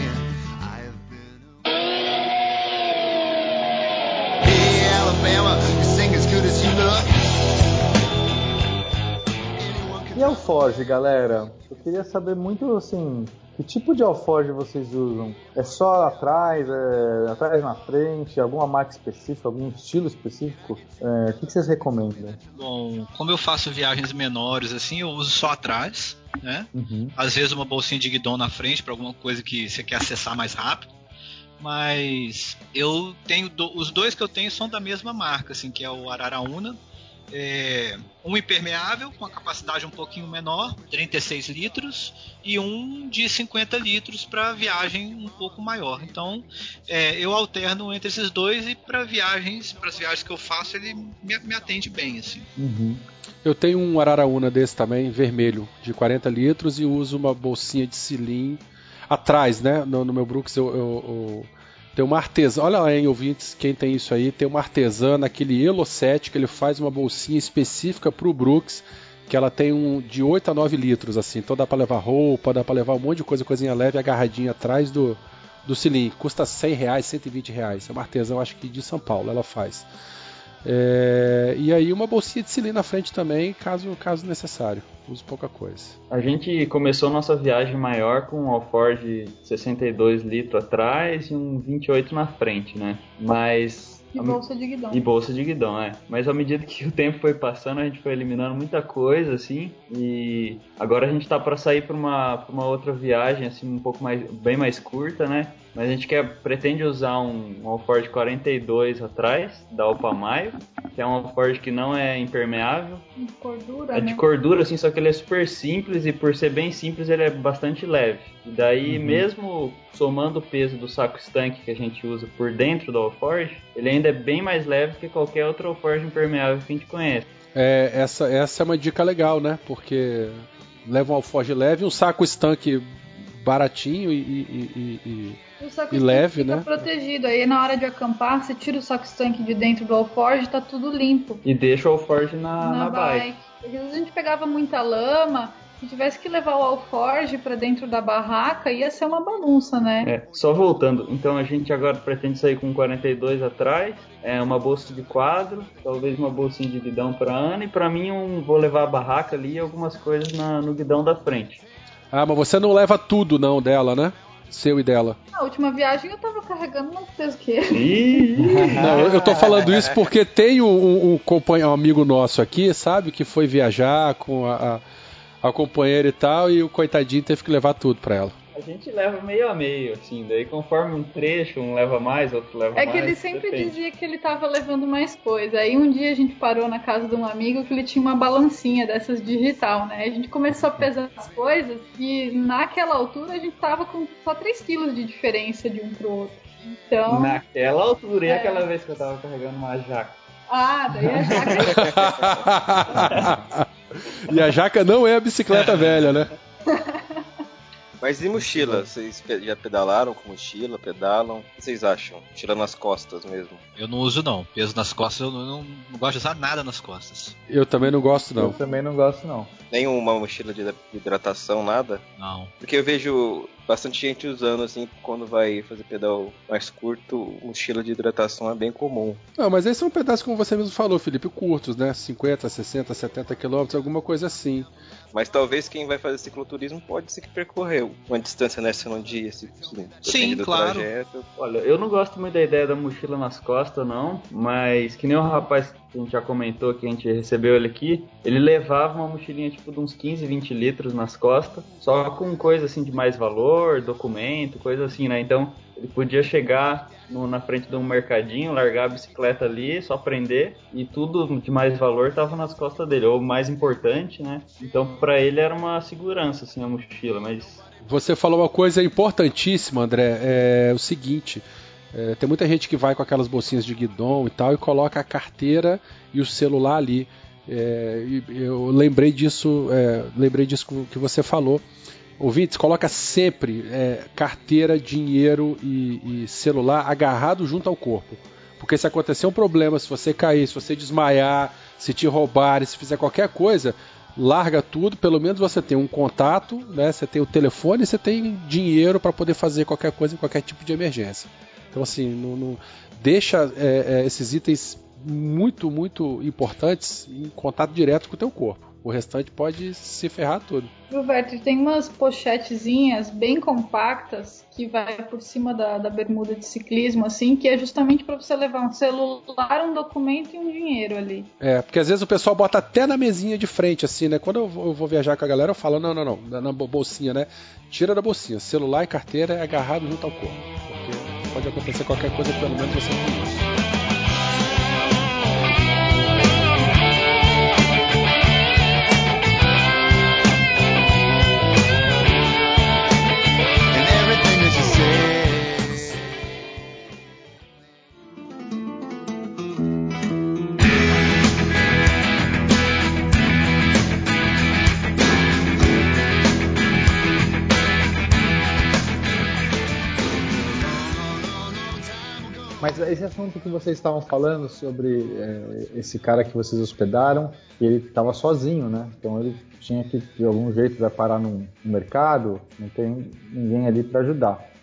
Hey Alabama, you sing as good as you look. E alforge, galera? Eu queria saber muito, assim, que tipo de alforge vocês usam? É só atrás na frente, alguma marca específica, algum estilo específico? O que vocês recomendam? Bom, como eu faço viagens menores, assim, eu uso só atrás, né? Uhum. Às vezes uma bolsinha de guidão na frente para alguma coisa que você quer acessar mais rápido. Mas eu tenho os dois que eu tenho são da mesma marca, assim, que é o Araraúna. Um impermeável com a capacidade um pouquinho menor, 36 litros, e um de 50 litros para viagem um pouco maior. Então eu alterno entre esses dois, e para as viagens que eu faço ele me atende bem, assim. Uhum. Eu tenho um Araraúna desse também, vermelho, de 40 litros, e uso uma bolsinha de selim atrás, né? No meu Brooks eu tem uma artesã, olha lá, hein, ouvintes, quem tem isso aí, tem uma artesã naquele Elo 7 que ele faz uma bolsinha específica pro Brooks, que ela tem de 8 a 9 litros, assim, então dá pra levar roupa, dá pra levar um monte de coisinha leve, agarradinha atrás do selim, custa R$100, R$120, é uma artesã, acho que de São Paulo, ela faz. E aí uma bolsinha de cilindro na frente também, caso necessário. Uso pouca coisa. A gente começou nossa viagem maior com um Alforge 62 litros atrás e um 28 na frente, né? Mas... E bolsa de guidão. E bolsa de guidão, Mas à medida que o tempo foi passando, a gente foi eliminando muita coisa, assim. E agora a gente tá para sair para uma outra viagem, assim, um pouco bem mais curta, né? Mas a gente pretende usar um Alforge 42 atrás, da Alpamayo, que é um Alforge que não é impermeável. De cordura, É de cordura, assim, só que ele é super simples e por ser bem simples ele é bastante leve. E daí, mesmo somando o peso do saco estanque que a gente usa por dentro do Alforge, ele ainda é bem mais leve que qualquer outro Alforge impermeável que a gente conhece. Essa é uma dica legal, né? Porque leva um Alforge leve, um saco estanque baratinho e leve, né? Fica protegido. Aí na hora de acampar, você tira o saco estanque de dentro do Alforge, tá tudo limpo. E deixa o Alforge na bike. Porque às vezes a gente pegava muita lama, se tivesse que levar o Alforge pra dentro da barraca, ia ser uma bagunça, né? Só voltando, então a gente agora pretende sair com 42 atrás, uma bolsa de quadro, talvez uma bolsinha de guidão pra Ana, e pra mim vou levar a barraca ali e algumas coisas no guidão da frente. Ah, mas você não leva tudo não dela, né? Seu e dela. Na última viagem eu tava carregando mais peso que ele. Não, eu tô falando isso porque tem um amigo nosso aqui, sabe, que foi viajar com a companheira e tal, e o coitadinho teve que levar tudo pra ela. A gente leva meio a meio, assim, daí conforme um trecho, um leva mais, outro leva mais. É que ele sempre dizia que ele tava levando mais coisa. Aí um dia a gente parou na casa de um amigo que ele tinha uma balancinha dessas digital, né? A gente começou a pesar as coisas e naquela altura a gente tava com só 3 quilos de diferença de um pro outro. Então... Naquela altura, e aquela vez que eu tava carregando uma jaca? Ah, daí a jaca... E a jaca não é a bicicleta velha, né? Mas e mochila? Vocês já pedalaram com mochila? Pedalam? O que vocês acham? Mochila nas costas mesmo? Eu não uso não. Peso nas costas, eu não gosto de usar nada nas costas. Eu também não gosto não. Eu também não gosto não. Nenhuma mochila de hidratação, nada? Não. Porque eu vejo bastante gente usando, assim, quando vai fazer pedal mais curto, mochila de hidratação é bem comum. Não, mas esses são pedaços, como você mesmo falou, Felipe, curtos, né? 50, 60, 70 quilômetros, alguma coisa assim. Mas talvez quem vai fazer cicloturismo pode ser que percorreu uma distância nessa num dia, assim, sim, do claro. trajeto. Olha, eu não gosto muito da ideia da mochila nas costas, não, mas que nem o rapaz que a gente já comentou, que a gente recebeu ele aqui, ele levava uma mochilinha tipo de uns 15, 20 litros nas costas, só com coisa assim de mais valor, documento, coisa assim, né? Então ele podia chegar na frente de um mercadinho, largar a bicicleta ali, só prender, e tudo de mais valor tava nas costas dele, ou mais importante, né? Então pra ele era uma segurança, assim, a mochila, mas... Você falou uma coisa importantíssima, André, é o seguinte... tem muita gente que vai com aquelas bolsinhas de guidon e tal e coloca a carteira e o celular ali. Eu lembrei disso que você falou. Ouvintes, coloca sempre carteira, dinheiro e celular agarrado junto ao corpo. Porque se acontecer um problema, se você cair, se você desmaiar, se te roubarem, se fizer qualquer coisa, larga tudo, pelo menos você tem um contato, né? Você tem o telefone e você tem dinheiro para poder fazer qualquer coisa em qualquer tipo de emergência. Então, assim, não deixa esses itens muito, muito importantes em contato direto com o teu corpo. O restante pode se ferrar tudo. Roberto, tem umas pochetezinhas bem compactas que vai por cima da bermuda de ciclismo, assim, que é justamente para você levar um celular, um documento e um dinheiro ali. Porque às vezes o pessoal bota até na mesinha de frente, assim, né? Quando eu vou viajar com a galera, eu falo, não, na bolsinha, né? Tira da bolsinha, celular e carteira é agarrado junto ao corpo. Porque pode acontecer qualquer coisa, pelo menos você tem isso. Mas esse assunto que vocês estavam falando sobre esse cara que vocês hospedaram, ele estava sozinho, né? Então ele tinha que, de algum jeito, vai parar no mercado, não tem ninguém ali para ajudar.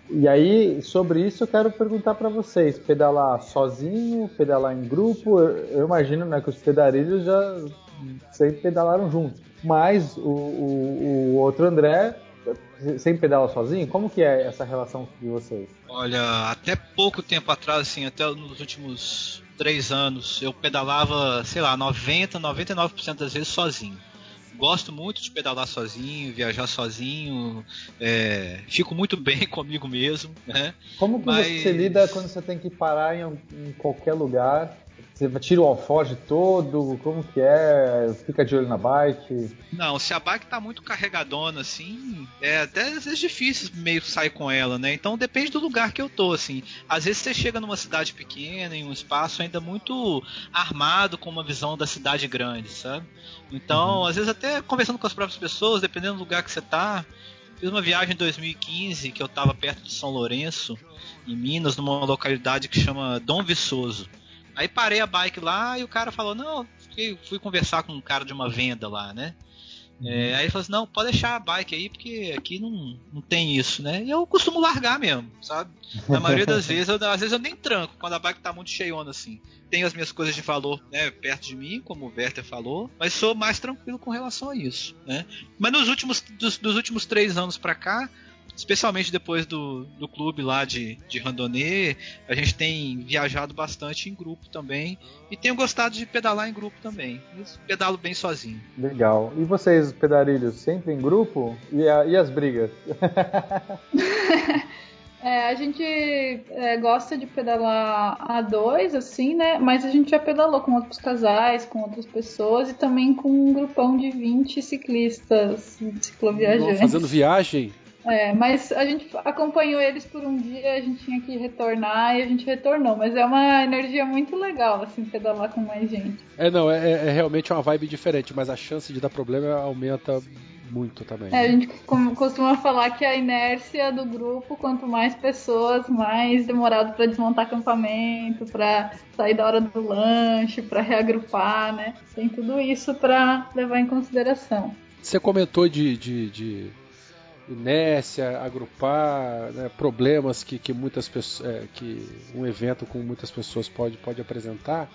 E aí, sobre isso, eu quero perguntar para vocês: pedalar sozinho, pedalar em grupo? Eu imagino, né, que os pedarilhos já sempre pedalaram juntos. Mas o outro André sempre pedala sozinho? Como que é essa relação de vocês? Olha, até pouco tempo atrás, assim, até nos últimos 3 anos, eu pedalava, sei lá, 99% das vezes sozinho. Gosto muito de pedalar sozinho, viajar sozinho, fico muito bem comigo mesmo, né? Como que você lida quando você tem que parar em qualquer lugar? Você tira o alforje todo? Como que é? Fica de olho na bike? Não, se a bike tá muito carregadona, assim, é até às vezes difícil meio sair com ela, né? Então depende do lugar que eu tô, assim. Às vezes você chega numa cidade pequena, em um espaço ainda muito armado, com uma visão da cidade grande, sabe? Então, às vezes até conversando com as próprias pessoas, dependendo do lugar que você tá. Fiz uma viagem em 2015 que eu tava perto de São Lourenço, em Minas, numa localidade que chama Dom Viçoso. Aí parei a bike lá e o cara falou, não, fui conversar com um cara de uma venda lá, né? Aí ele falou assim, não, pode deixar a bike aí, porque aqui não tem isso, né? E eu costumo largar mesmo, sabe? Na maioria das vezes, às vezes eu nem tranco, quando a bike tá muito cheiona assim. Tenho as minhas coisas de valor, né, perto de mim, como o Werther falou, mas sou mais tranquilo com relação a isso, né? Mas dos últimos 3 anos pra cá, especialmente depois do clube lá de Randonnée, a gente tem viajado bastante em grupo também e tenho gostado de pedalar em grupo também. Eu pedalo bem sozinho. Legal. E vocês, pedarilhos, sempre em grupo? E as brigas? A gente gosta de pedalar a dois, assim, né? Mas a gente já pedalou com outros casais, com outras pessoas e também com um grupão de 20 ciclistas, cicloviajantes. Fazendo viagem? Mas a gente acompanhou eles por um dia, a gente tinha que retornar e a gente retornou. Mas é uma energia muito legal, assim, pedalar com mais gente. É realmente uma vibe diferente, mas a chance de dar problema aumenta muito também. A gente costuma falar que a inércia do grupo, quanto mais pessoas, mais demorado para desmontar acampamento, para sair da hora do lanche, para reagrupar, né? Tem tudo isso para levar em consideração. Você comentou de inércia, agrupar, né, problemas que muitas pessoas, que um evento com muitas pessoas pode apresentar.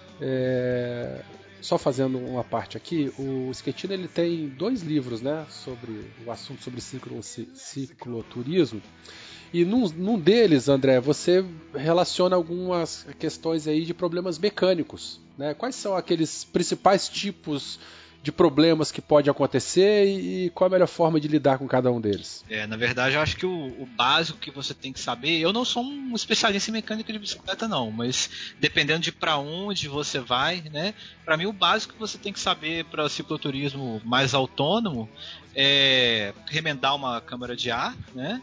Só fazendo uma parte aqui, o Schettino ele tem 2 livros, né, sobre o assunto sobre cicloturismo. E num deles, André, você relaciona algumas questões aí de problemas mecânicos, né? Quais são aqueles principais tipos de problemas que pode acontecer e qual a melhor forma de lidar com cada um deles? Na verdade, eu acho que o básico que você tem que saber, eu não sou um especialista em mecânica de bicicleta não, mas dependendo de para onde você vai, né? Para mim o básico que você tem que saber para cicloturismo mais autônomo é remendar uma câmara de ar, né?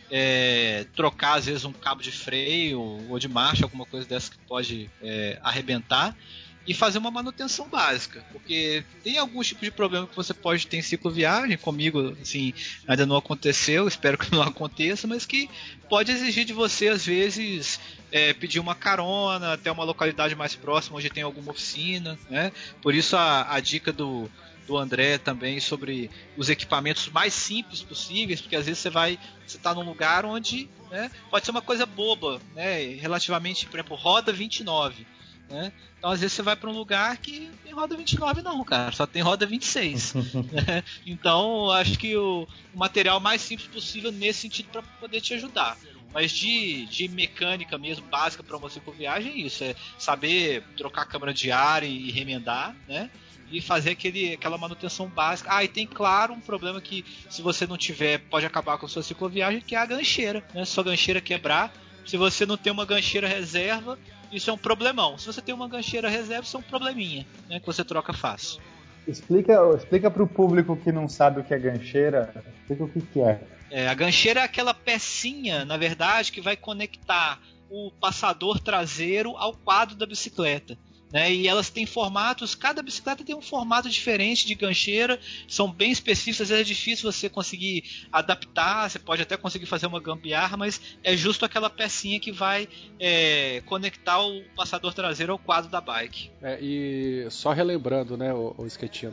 Trocar às vezes um cabo de freio ou de marcha, alguma coisa dessa que pode arrebentar. E fazer uma manutenção básica, porque tem alguns tipos de problema que você pode ter em cicloviagem, comigo assim, ainda não aconteceu, espero que não aconteça, mas que pode exigir de você às vezes pedir uma carona até uma localidade mais próxima onde tem alguma oficina, né? Por isso a dica do André também sobre os equipamentos mais simples possíveis, porque às vezes você está num lugar onde, né, pode ser uma coisa boba, né, relativamente, por exemplo, roda 29, né? Então às vezes você vai para um lugar que tem roda 29 não, cara, só tem roda 26. Né? Então acho que o material mais simples possível nesse sentido para poder te ajudar. Mas de mecânica mesmo, básica para uma cicloviagem é isso, é saber trocar a câmara de ar e remendar, né? E fazer aquela manutenção básica. E tem, claro, um problema que se você não tiver, pode acabar com a sua cicloviagem, que é a gancheira, né? Se sua gancheira quebrar, se você não tem uma gancheira reserva, isso é um problemão. Se você tem uma gancheira reserva, isso é um probleminha, né, que você troca fácil. Explica para o público que não sabe o que é gancheira, explica o que é. A gancheira é aquela pecinha, na verdade, que vai conectar o passador traseiro ao quadro da bicicleta. Né, e elas têm formatos, cada bicicleta tem um formato diferente de gancheira, são bem específicas, às vezes é difícil você conseguir adaptar, você pode até conseguir fazer uma gambiarra, mas é justo aquela pecinha que vai conectar o passador traseiro ao quadro da bike. E só relembrando, né, o Schettino,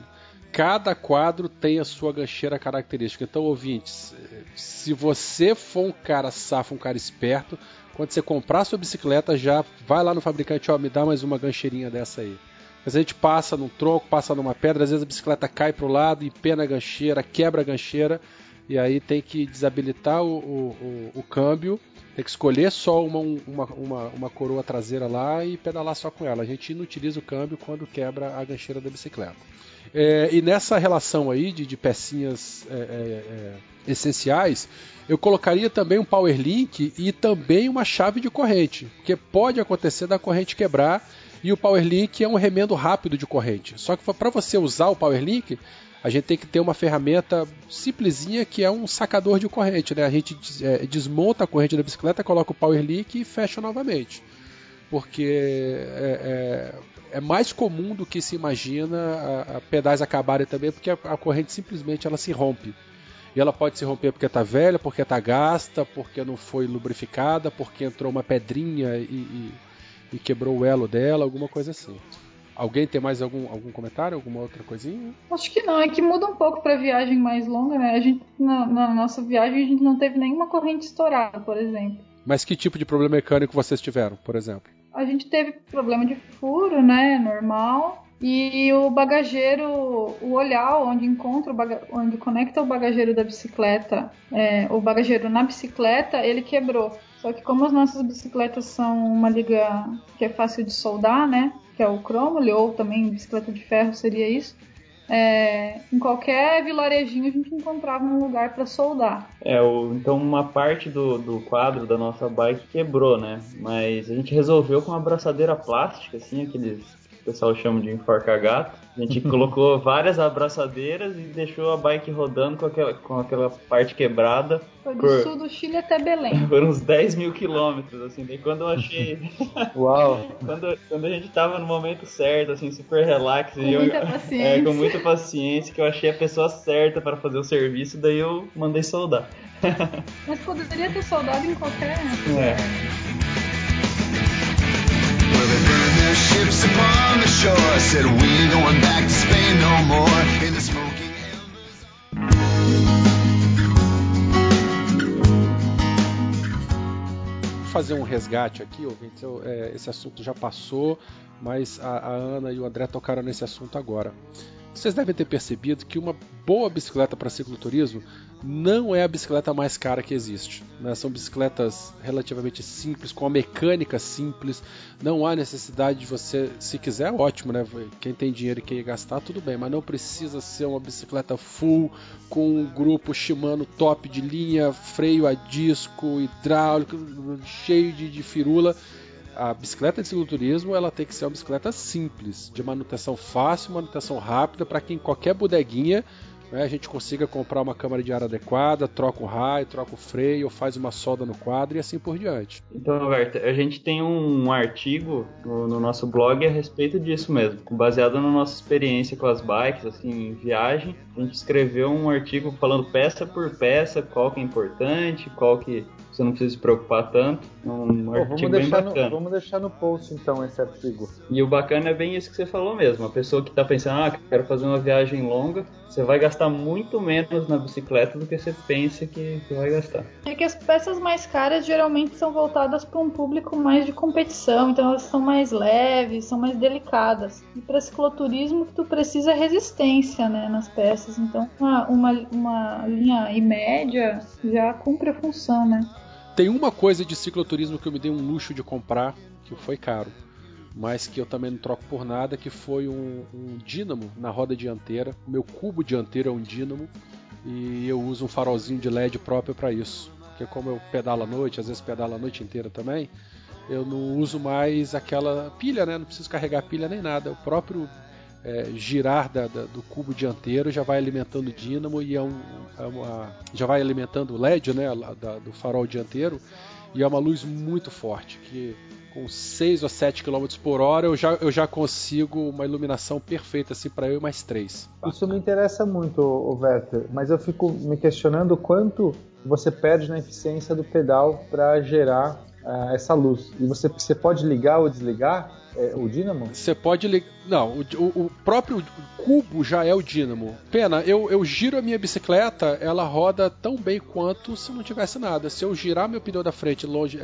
cada quadro tem a sua gancheira característica. Então, ouvintes, se você for um cara safo, um cara esperto, quando você comprar sua bicicleta, já vai lá no fabricante, me dá mais uma gancheirinha dessa aí. Às vezes a gente passa num tronco, passa numa pedra, às vezes a bicicleta cai pro lado, empena a gancheira, quebra a gancheira, e aí tem que desabilitar o câmbio, tem que escolher só uma coroa traseira lá e pedalar só com ela. A gente inutiliza o câmbio quando quebra a gancheira da bicicleta. E nessa relação aí de pecinhas essenciais, eu colocaria também um power link e também uma chave de corrente, porque pode acontecer da corrente quebrar e o power link é um remendo rápido de corrente. Só que para você usar o power link, a gente tem que ter uma ferramenta simplesinha que é um sacador de corrente, né? A gente desmonta a corrente da bicicleta, coloca o power link e fecha novamente, porque é mais comum do que se imagina a pedais acabarem também, porque a corrente simplesmente ela se rompe. E ela pode se romper porque está velha, porque está gasta, porque não foi lubrificada, porque entrou uma pedrinha e quebrou o elo dela, alguma coisa assim. Alguém tem mais algum comentário, alguma outra coisinha? Acho que não, é que muda um pouco para viagem mais longa, né? A gente, na nossa viagem a gente não teve nenhuma corrente estourada, por exemplo. Mas que tipo de problema mecânico vocês tiveram, por exemplo? A gente teve problema de furo, né? Normal. E o bagageiro, o olhar onde conecta o bagageiro da bicicleta, o bagageiro na bicicleta, ele quebrou. Só que como as nossas bicicletas são uma liga que é fácil de soldar, né? Que é o cromole, ou também bicicleta de ferro seria isso. Em qualquer vilarejinho a gente encontrava um lugar para soldar. Então uma parte do quadro da nossa bike quebrou, né? Mas a gente resolveu com uma abraçadeira plástica, assim, aqueles que o pessoal chama de enforcar gato. A gente colocou várias abraçadeiras e deixou a bike rodando com aquela parte quebrada. Foi do sul do Chile até Belém. Por uns 10 mil quilômetros, assim. Daí quando eu achei... Uau! quando a gente tava no momento certo, assim, super relax. Com muita paciência. Com muita paciência, que eu achei a pessoa certa para fazer o serviço, daí eu mandei soldar. Mas poderia ter soldado em qualquer... Ships upon the shore said we ain't going back to Spain no more in the smoking Vou fazer um resgate aqui, ouvintes. Esse assunto já passou, mas a Ana e o André tocaram nesse assunto agora. Vocês devem ter percebido que uma boa bicicleta para cicloturismo não é a bicicleta mais cara que existe, né? São bicicletas relativamente simples, com a mecânica simples. Não há necessidade de você, se quiser, ótimo, né? Quem tem dinheiro e quer gastar, tudo bem, mas não precisa ser uma bicicleta full, com um grupo Shimano top de linha, freio a disco, hidráulico, cheio de firula. A bicicleta de cicloturismo ela tem que ser uma bicicleta simples, de manutenção fácil, manutenção rápida, para que em qualquer bodeguinha, né, a gente consiga comprar uma câmara de ar adequada, troca o raio, troca o freio, ou faz uma solda no quadro e assim por diante. Então, Roberto, a gente tem um artigo no nosso blog a respeito disso mesmo, baseado na nossa experiência com as bikes, assim, em viagem. A gente escreveu um artigo falando peça por peça, qual que é importante, qual que você não precisa se preocupar tanto. Artigo bem bacana. Vamos deixar no post então esse artigo. E o bacana é bem isso que você falou mesmo. A pessoa que está pensando, quero fazer uma viagem longa, você vai gastar muito menos na bicicleta do que você pensa que vai gastar. É que as peças mais caras geralmente são voltadas para um público mais de competição, então elas são mais leves, são mais delicadas. E para cicloturismo tu precisa resistência, né, nas peças, então uma linha e média já cumpre a função, né? Tem uma coisa de cicloturismo que eu me dei um luxo de comprar, que foi caro, mas que eu também não troco por nada, que foi um dínamo na roda dianteira. O meu cubo dianteiro é um dínamo e eu uso um farolzinho de LED próprio para isso. Porque como eu pedalo à noite, às vezes pedalo a noite inteira também, eu não uso mais aquela pilha, né? Não preciso carregar pilha nem nada. O próprio girar do cubo dianteiro já vai alimentando o dínamo e já vai alimentando o LED, né, do farol dianteiro, e é uma luz muito forte, que com 6 ou 7 km por hora eu já consigo uma iluminação perfeita assim, para eu e mais 3. Isso me interessa muito, Werther, mas eu fico me questionando quanto você perde na eficiência do pedal para gerar essa luz. E você pode ligar ou desligar o dínamo? Você pode ligar. Não, o próprio cubo já é o dínamo. Pena, eu giro a minha bicicleta, ela roda tão bem quanto se não tivesse nada. Se eu girar meu pneu da frente longe,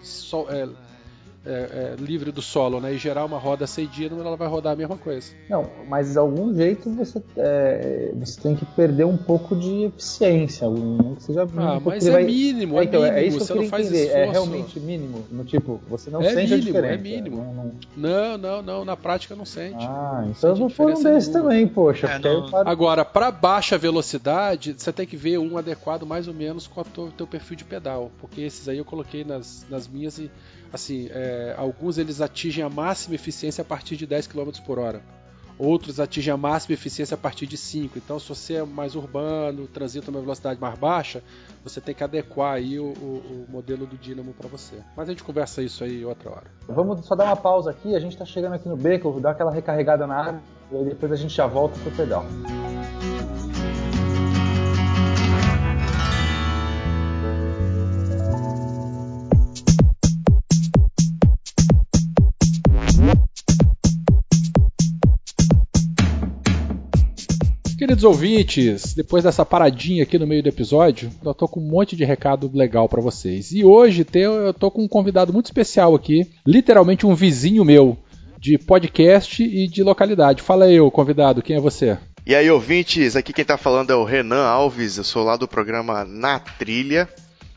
livre do solo, né, e gerar uma roda sem dínamo, ela vai rodar a mesma coisa. Não, mas de algum jeito você tem que perder um pouco de eficiência, que seja mínimo. Mas é mínimo, é mínimo. É isso que você eu não faz entender. esforço. É realmente mínimo, no tipo, você não sente mínimo, a diferença. É mínimo, Não, na prática não sente. Então eu vou pôr um desse também, poxa. Agora, para baixa velocidade, você tem que ver um adequado mais ou menos com o teu perfil de pedal, porque esses aí eu coloquei nas minhas e, assim, alguns eles atingem a máxima eficiência a partir de 10 km por hora. Outros atingem a máxima eficiência a partir de 5. Então, se você é mais urbano, transita uma velocidade mais baixa, você tem que adequar aí o modelo do dínamo para você. Mas a gente conversa isso aí outra hora. Vamos só dar uma pausa aqui. A gente está chegando aqui no beco, vou dar aquela recarregada na água e aí depois a gente já volta pro pedal. Queridos ouvintes, depois dessa paradinha aqui no meio do episódio, eu tô com um monte de recado legal pra vocês. E hoje eu tô com um convidado muito especial aqui, literalmente um vizinho meu, de podcast e de localidade. Fala aí, convidado, quem é você? E aí, ouvintes, aqui quem tá falando é o Renan Alves, eu sou lá do programa Na Trilha.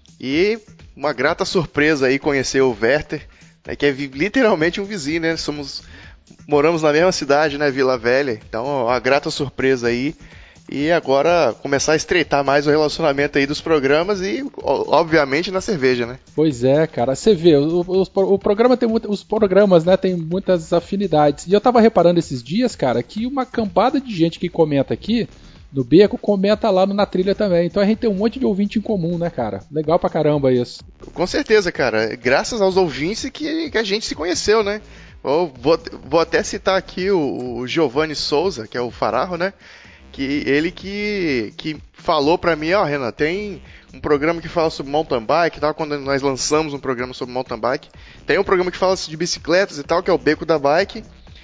E uma grata surpresa aí conhecer o Werther, né, que é literalmente um vizinho, né? Moramos na mesma cidade, né, Vila Velha, então uma grata surpresa aí, e agora começar a estreitar mais o relacionamento aí dos programas e, obviamente, na cerveja, né? Pois é, cara, você vê, o programa tem os programas, né, tem muitas afinidades, e eu tava reparando esses dias, cara, que uma cambada de gente que comenta aqui no Beco comenta lá no Na Trilha também, então a gente tem um monte de ouvinte em comum, né, cara? Legal pra caramba isso. Com certeza, cara, graças aos ouvintes que a gente se conheceu, né? Vou até citar aqui o Giovanni Souza, que é o Fararro, né? Ele que falou pra mim, Renan, tem um programa que fala sobre mountain bike, tal, quando nós lançamos um programa sobre mountain bike, tem um programa que fala de bicicletas e tal, que é o Beco da Bike,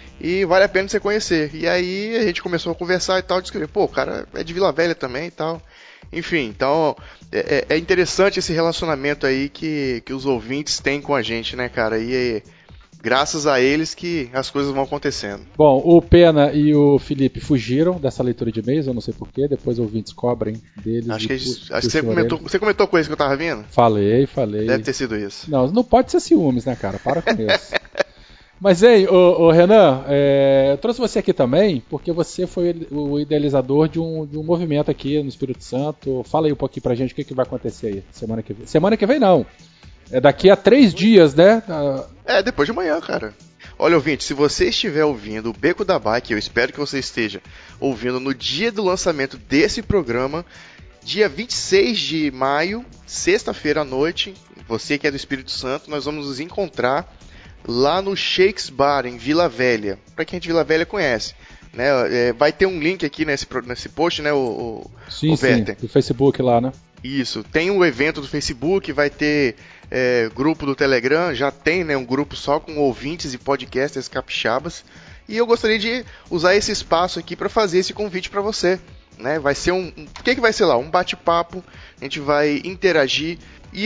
e vale a pena você conhecer. E aí a gente começou a conversar e tal, descrever, o cara é de Vila Velha também e tal. Enfim, então é interessante esse relacionamento aí que os ouvintes têm com a gente, né, cara? E graças a eles que as coisas vão acontecendo. Bom, o Pena e o Felipe fugiram dessa leitura de e-mails, eu não sei porquê, depois ouvintes cobrem deles. Acho que você comentou coisa que eu tava vindo? Falei. Deve ter sido isso. Não pode ser ciúmes, né, cara? Para com isso. Mas, hein, ô Renan, eu trouxe você aqui também, porque você foi o idealizador de um movimento aqui no Espírito Santo. Fala aí um pouquinho pra gente o que vai acontecer aí semana que vem. Semana que vem não. É daqui a 3 dias, né? Depois de amanhã, cara. Olha, ouvinte, se você estiver ouvindo o Beco da Bike, eu espero que você esteja ouvindo no dia do lançamento desse programa, dia 26 de maio, sexta-feira à noite, você que é do Espírito Santo, nós vamos nos encontrar lá no Shakes Bar, em Vila Velha. Pra quem é de Vila Velha conhece. Né? Vai ter um link aqui nesse post, né? Sim, do Facebook lá, né? Isso, tem um evento do Facebook, vai ter grupo do Telegram, já tem, né, um grupo só com ouvintes e podcasters capixabas. E eu gostaria de usar esse espaço aqui para fazer esse convite para você. Né? Vai ser o que vai ser lá? Um bate-papo, a gente vai interagir.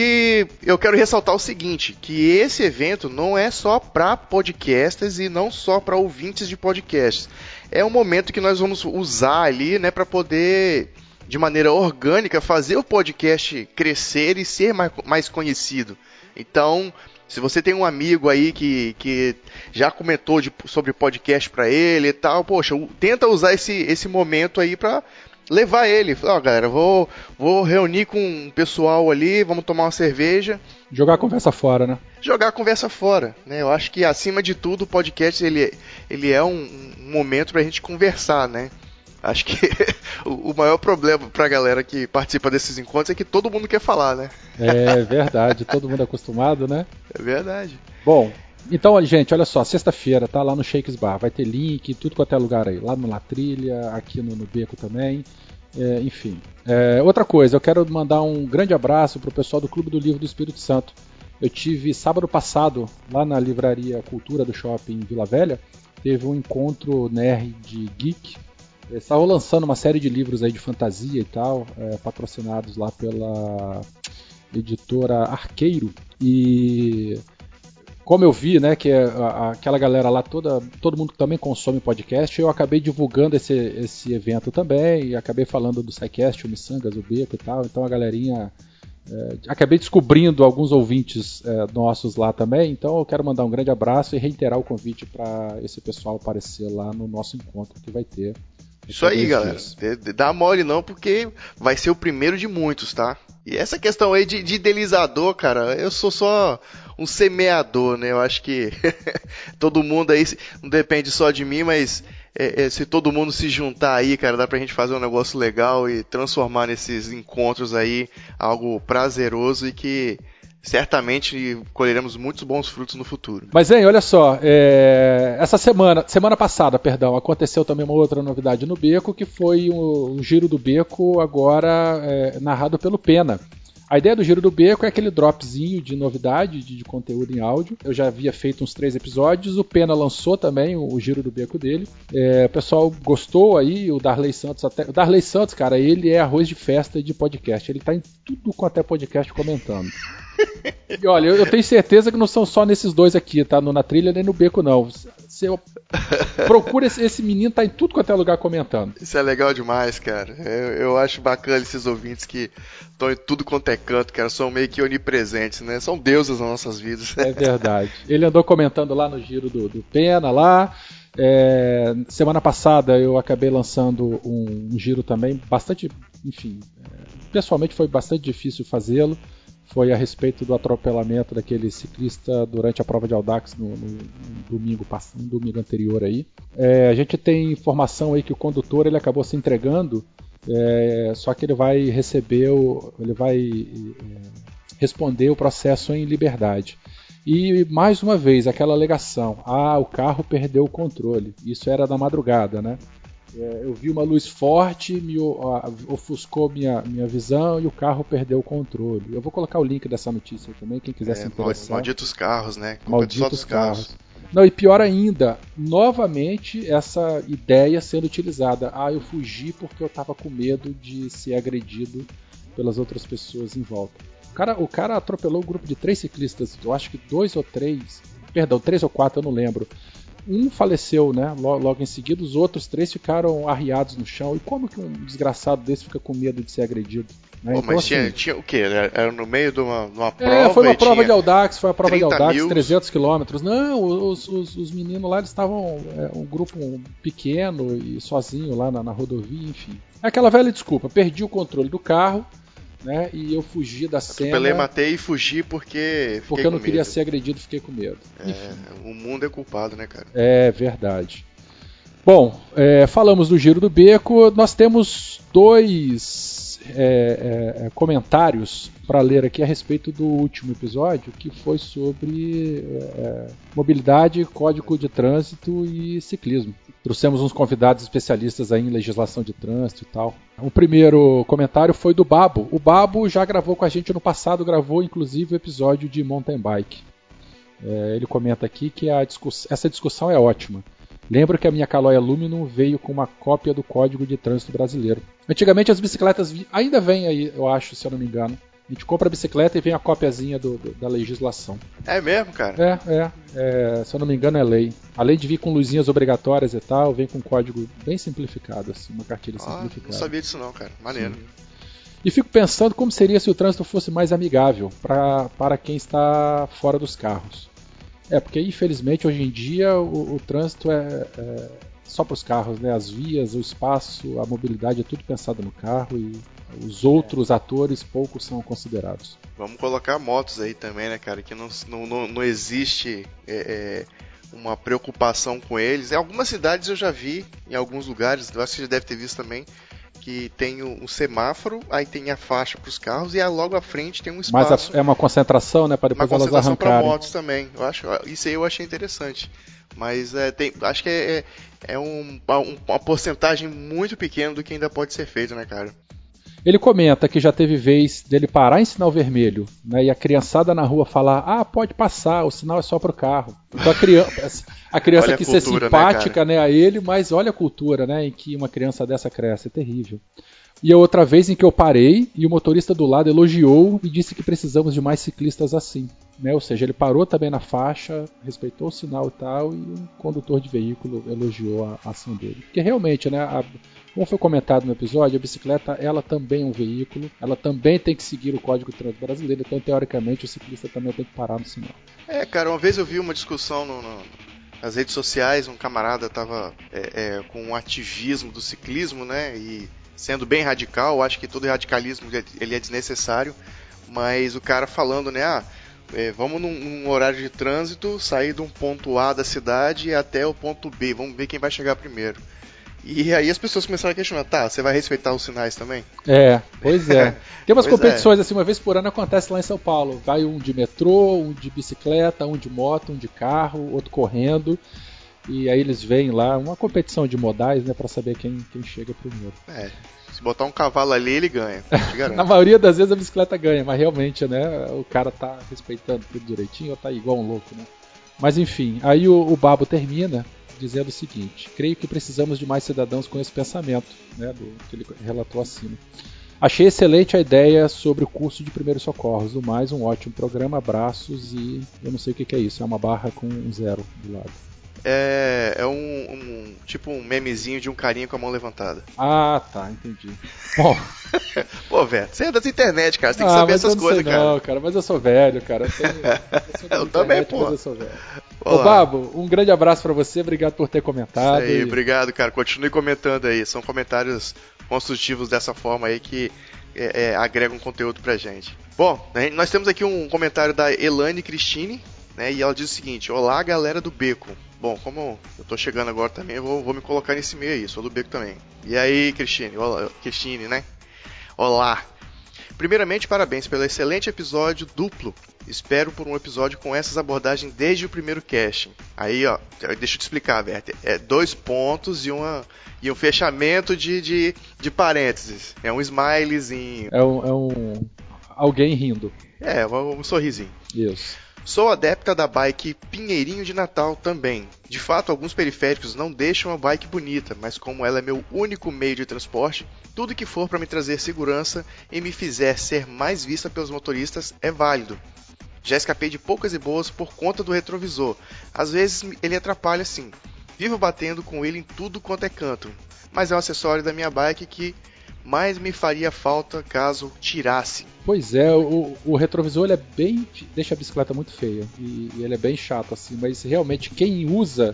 E eu quero ressaltar o seguinte, que esse evento não é só para podcasters e não só para ouvintes de podcasts. É um momento que nós vamos usar ali, né, para poder, de maneira orgânica, fazer o podcast crescer e ser mais conhecido. Então, se você tem um amigo aí que já comentou sobre podcast para ele e tal, poxa, tenta usar esse momento aí para levar ele. Galera, vou reunir com um pessoal ali, vamos tomar uma cerveja. Jogar a conversa fora, né? Jogar a conversa fora, né? Eu acho que, acima de tudo, o podcast ele é um momento pra gente conversar, né? Acho que o maior problema pra galera que participa desses encontros é que todo mundo quer falar, né? É verdade, todo mundo é acostumado, né? É verdade. Bom, então, gente, olha só, sexta-feira, tá lá no Shakes Bar, vai ter link, tudo quanto é lugar aí, lá no La Trilha, aqui no Beco também, enfim. Outra coisa, eu quero mandar um grande abraço pro pessoal do Clube do Livro do Espírito Santo, Eu tive sábado passado, lá na livraria Cultura do Shopping Vila Velha, teve um encontro nerd geek. Eles estavam lançando uma série de livros aí de fantasia e tal, patrocinados lá pela editora Arqueiro. E como eu vi, né, que aquela galera lá, todo mundo que também consome podcast, eu acabei divulgando esse evento também, e acabei falando do SciCast, o Missangas, o Beco e tal, então a galerinha... acabei descobrindo alguns ouvintes nossos lá também, então eu quero mandar um grande abraço e reiterar o convite para esse pessoal aparecer lá no nosso encontro que vai ter. Isso aí, galera. Dá mole não, porque vai ser o primeiro de muitos, tá? E essa questão aí de idealizador, cara, eu sou só um semeador, né? Eu acho que todo mundo aí, não depende só de mim, mas se todo mundo se juntar aí, cara, dá pra gente fazer um negócio legal e transformar nesses encontros aí algo prazeroso e que certamente colheremos muitos bons frutos no futuro. Mas, hein, olha só, essa semana passada, perdão, aconteceu também uma outra novidade no Beco, que foi o Giro do Beco, agora narrado pelo Pena. A ideia do Giro do Beco é aquele dropzinho de novidade, de conteúdo em áudio. Eu já havia feito uns 3 episódios, o Pena lançou também o Giro do Beco dele. O pessoal gostou aí, o Darley Santos até... O Darley Santos, cara, ele é arroz de festa de podcast. Ele tá em tudo quanto é podcast comentando. E olha, eu tenho certeza que não são só nesses dois aqui, tá? Na trilha nem no Beco, não. Procura esse menino, tá em tudo quanto é lugar comentando. Isso é legal demais, cara. Eu acho bacana esses ouvintes que estão em tudo quanto é canto, cara. São meio que onipresentes, né? São deuses nas nossas vidas. É verdade. Ele andou comentando lá no Giro do Pena, lá. Semana passada eu acabei lançando um giro também, bastante, enfim, pessoalmente foi bastante difícil fazê-lo. Foi a respeito do atropelamento daquele ciclista durante a prova de Audax no domingo anterior aí. A gente tem informação aí que o condutor ele acabou se entregando, só que ele vai responder o processo em liberdade. E mais uma vez aquela alegação, o carro perdeu o controle. Isso era na madrugada, né? Eu vi uma luz forte, ofuscou minha visão e o carro perdeu o controle. Eu vou colocar o link dessa notícia aí também, quem quiser se interessar. Malditos carros, né? Malditos carros. Não, e pior ainda, novamente essa ideia sendo utilizada. Eu fugi porque eu estava com medo de ser agredido pelas outras pessoas em volta. O cara atropelou um grupo de 3 ciclistas, eu acho que 3 ou 4, eu não lembro. Um faleceu, né? Logo em seguida, os outros 3 ficaram arriados no chão. E como que um desgraçado desse fica com medo de ser agredido? Né? Pô, então, mas assim, tinha o quê? Era no meio de uma prova? Foi uma prova de Audax, 300 km. Não, os meninos lá, eles estavam um grupo pequeno e sozinho lá na rodovia, enfim. É aquela velha desculpa, perdi o controle do carro, né? E eu fugi da cena. Atropelei, matei e fugi porque eu não queria ser agredido, fiquei com medo. O mundo é culpado, né, cara? É verdade. Bom, falamos do Giro do Beco. Nós temos 2 comentários para ler aqui a respeito do último episódio, que foi sobre mobilidade, código de trânsito e ciclismo. Trouxemos uns convidados especialistas aí em legislação de trânsito e tal. O primeiro comentário foi do Babo. O Babo já gravou com a gente no passado, gravou inclusive o episódio de mountain bike. Ele comenta aqui que essa discussão é ótima. Lembro que a minha Caloi Aluminum veio com uma cópia do Código de Trânsito Brasileiro. Antigamente as bicicletas ainda vêm aí, eu acho, se eu não me engano. A gente compra a bicicleta e vem a cópiazinha da legislação. É mesmo, cara? Se eu não me engano é lei. Além de vir com luzinhas obrigatórias e tal, vem com um código bem simplificado, assim, uma cartilha simplificada. Não sabia disso não, cara. Maneiro. Sim. E fico pensando como seria se o trânsito fosse mais amigável para quem está fora dos carros. Porque infelizmente hoje em dia o trânsito é só para os carros, né? As vias, o espaço, a mobilidade é tudo pensado no carro e os outros atores poucos são considerados. Vamos colocar motos aí também, né, cara? Que não existe uma preocupação com eles. Em algumas cidades eu já vi, em alguns lugares, eu acho que você já deve ter visto também, que tem um semáforo, aí tem a faixa para os carros e logo à frente tem um espaço. Mas é uma concentração, né, para depois elas arrancarem. Uma concentração para motos também. Isso aí eu achei interessante. Mas acho que é uma porcentagem muito pequena do que ainda pode ser feito, né, cara? Ele comenta que já teve vez dele parar em sinal vermelho, né, e a criançada na rua falar, pode passar, o sinal é só pro carro. Então a criança quis ser simpática, né, a ele, mas olha a cultura, né, em que uma criança dessa cresce, é terrível. E a outra vez em que eu parei e o motorista do lado elogiou e disse que precisamos de mais ciclistas assim. Né? Ou seja, ele parou também na faixa, respeitou o sinal e tal, e um condutor de veículo elogiou a ação dele. Porque realmente, né, como foi comentado no episódio, a bicicleta ela também é um veículo, ela também tem que seguir o Código de Trânsito Brasileiro, então teoricamente o ciclista também tem que parar no sinal. Cara, uma vez eu vi uma discussão nas redes sociais, um camarada estava com um ativismo do ciclismo, né, e sendo bem radical, acho que todo radicalismo ele é desnecessário, mas o cara falando, né, vamos num horário de trânsito, sair de um ponto A da cidade até o ponto B, vamos ver quem vai chegar primeiro. E aí as pessoas começaram a questionar, você vai respeitar os sinais também? Pois é. Tem umas competições, assim, uma vez por ano acontece lá em São Paulo, vai um de metrô, um de bicicleta, um de moto, um de carro, outro correndo. E aí eles veem lá uma competição de modais, né, para saber quem chega primeiro. Se botar um cavalo ali, ele ganha. Na maioria das vezes a bicicleta ganha, mas realmente, né, o cara tá respeitando tudo direitinho ou tá igual um louco, né? Mas enfim, aí o Babo termina dizendo o seguinte: creio que precisamos de mais cidadãos com esse pensamento, né, que ele relatou acima. Achei excelente a ideia sobre o curso de primeiros socorros. Do mais, um ótimo programa, abraços e eu não sei o que é isso, é uma barra com um 0 do lado. É tipo um memezinho de um carinha com a mão levantada. Tá, entendi. Bom. Pô, velho, você é das internet, cara, você tem que saber essas coisas, cara. Não, cara, mas eu sou velho, cara. Eu também, pô. Mas eu sou velho. Ô, Babo, um grande abraço pra você, obrigado por ter comentado. Isso aí, obrigado, cara, continue comentando aí, são comentários construtivos dessa forma aí que agregam conteúdo pra gente. Bom, nós temos aqui um comentário da Elane Cristine, né, e ela diz o seguinte: olá, galera do Beco. Bom, como eu tô chegando agora também, eu vou me colocar nesse meio aí, sou do Beco também. E aí, Cristine? Olá, Cristine, né? Olá! Primeiramente, parabéns pelo excelente episódio duplo. Espero por um episódio com essas abordagens desde o primeiro cast. Aí, ó, deixa eu te explicar, Berta. 2 pontos e um fechamento de parênteses. É um smileyzinho. É um alguém rindo. Um sorrisinho. Isso. Sou adepta da bike Pinheirinho de Natal também. De fato, alguns periféricos não deixam a bike bonita, mas como ela é meu único meio de transporte, tudo que for para me trazer segurança e me fizer ser mais vista pelos motoristas é válido. Já escapei de poucas e boas por conta do retrovisor. Às vezes ele atrapalha sim. Vivo batendo com ele em tudo quanto é canto, mas é um acessório da minha bike que mais me faria falta caso tirasse. Pois é, o retrovisor ele deixa a bicicleta muito feia e ele é bem chato assim, mas realmente quem usa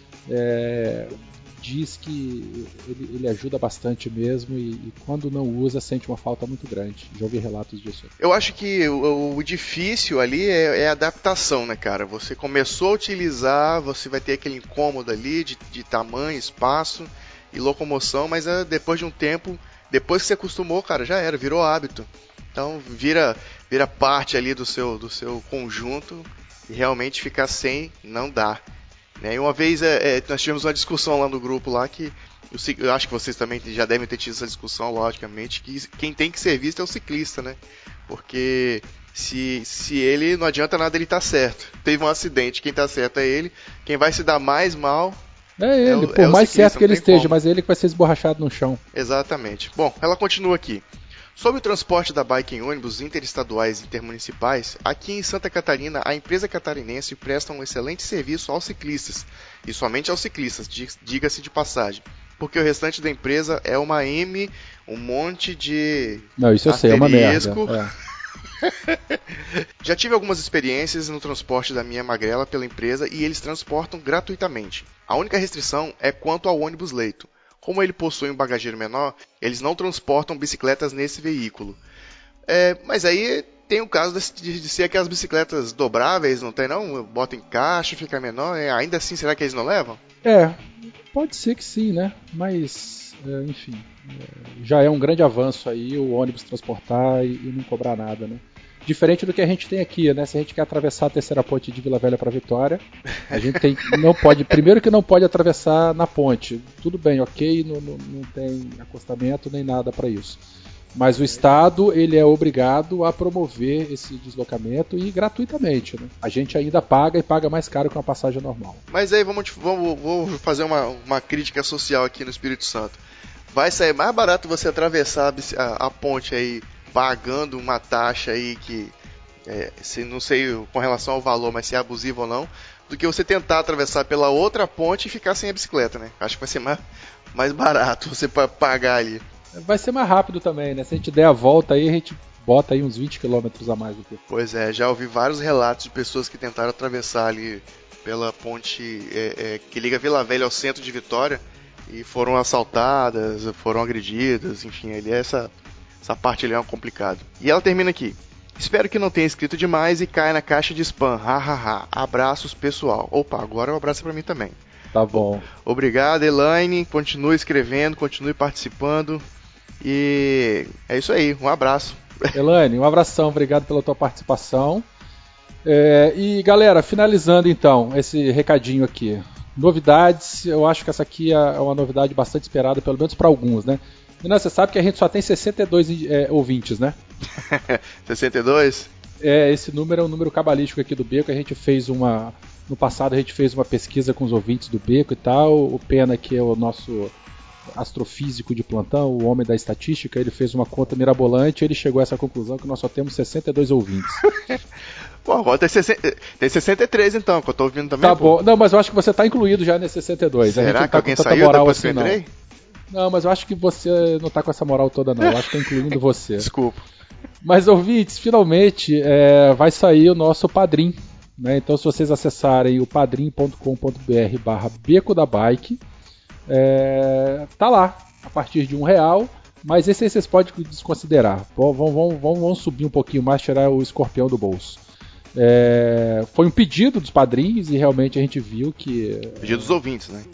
diz que ele ajuda bastante mesmo e quando não usa sente uma falta muito grande. Já ouvi relatos disso. Eu acho que o difícil ali é a adaptação, né, cara? Você começou a utilizar, você vai ter aquele incômodo ali de tamanho, espaço e locomoção, mas depois de um tempo, depois que você acostumou, cara, já era, virou hábito. Então vira parte ali do seu conjunto e realmente ficar sem não dá. Né? E uma vez nós tivemos uma discussão lá no grupo lá que eu acho que vocês também já devem ter tido essa discussão, logicamente, que quem tem que ser visto é o ciclista, né? Porque se ele não adianta nada ele estar certo. Teve um acidente, quem está certo é ele, quem vai se dar mais mal é ele, por mais certo que ele esteja, mas é ele que vai ser esborrachado no chão. Exatamente. Bom, ela continua aqui. Sobre o transporte da bike em ônibus interestaduais e intermunicipais, aqui em Santa Catarina, a empresa catarinense presta um excelente serviço aos ciclistas, e somente aos ciclistas, diga-se de passagem, porque o restante da empresa é uma um monte de não, isso eu sei, é uma merda. Já tive algumas experiências no transporte da minha magrela pela empresa e eles transportam gratuitamente. A única restrição é quanto ao ônibus leito. Como ele possui um bagageiro menor, eles não transportam bicicletas nesse veículo. Mas aí tem o caso de ser aquelas bicicletas dobráveis, não tem não? Bota em caixa, fica menor, ainda assim será que eles não levam? Pode ser que sim, né? Mas, enfim, já é um grande avanço aí o ônibus transportar e não cobrar nada, né? Diferente do que a gente tem aqui, né? Se a gente quer atravessar a terceira ponte de Vila Velha para Vitória, a gente não pode. Primeiro que não pode atravessar na ponte. Tudo bem, ok, não tem acostamento nem nada para isso. Mas o Estado, ele é obrigado a promover esse deslocamento e gratuitamente, né? A gente ainda paga e paga mais caro que uma passagem normal. Mas aí vou fazer uma crítica social aqui no Espírito Santo. Vai sair mais barato você atravessar a ponte aí pagando uma taxa aí que, não sei com relação ao valor, mas se é abusivo ou não, do que você tentar atravessar pela outra ponte e ficar sem a bicicleta, né? Acho que vai ser mais barato você pagar ali. Vai ser mais rápido também, né? Se a gente der a volta aí, a gente bota aí uns 20 km a mais do que. Pois é, já ouvi vários relatos de pessoas que tentaram atravessar ali pela ponte que liga Vila Velha ao centro de Vitória e foram assaltadas, foram agredidas, enfim, ali essa parte ali é complicado. E ela termina aqui. Espero que não tenha escrito demais e caia na caixa de spam. Hahaha. Abraços, pessoal. Opa, agora um abraço pra mim também. Tá bom. Obrigado, Elaine. Continue escrevendo, continue participando. E é isso aí, um abraço. Elaine, um abração, obrigado pela tua participação. E galera, finalizando então esse recadinho aqui. Novidades, eu acho que essa aqui é uma novidade bastante esperada, pelo menos para alguns, né? E você sabe que a gente só tem 62 ouvintes, né? 62? Esse número é um número cabalístico aqui do Beco. A gente fez no passado a gente fez uma pesquisa com os ouvintes do Beco e tal. O Pena, que é o nosso astrofísico de plantão, o homem da estatística, ele fez uma conta mirabolante e ele chegou a essa conclusão que nós só temos 62 ouvintes. Pô, agora tem 63 então, que eu tô ouvindo também. Tá bom, não, mas eu acho que você tá incluído já nesse 62. Será a gente não que tá alguém com tanta saiu moral depois assim, que eu entrei? Não, mas eu acho que você não tá com essa moral toda não, eu acho que tá incluindo você. Desculpa. Mas ouvintes, finalmente vai sair o nosso Padrim, né? Então se vocês acessarem o padrim.com.br/Beco da Bike, tá lá, a partir de R$1, mas esse aí vocês podem desconsiderar. Vamos subir um pouquinho mais, tirar o escorpião do bolso. Foi um pedido dos padrinhos e realmente a gente viu que... Pedido dos ouvintes, né?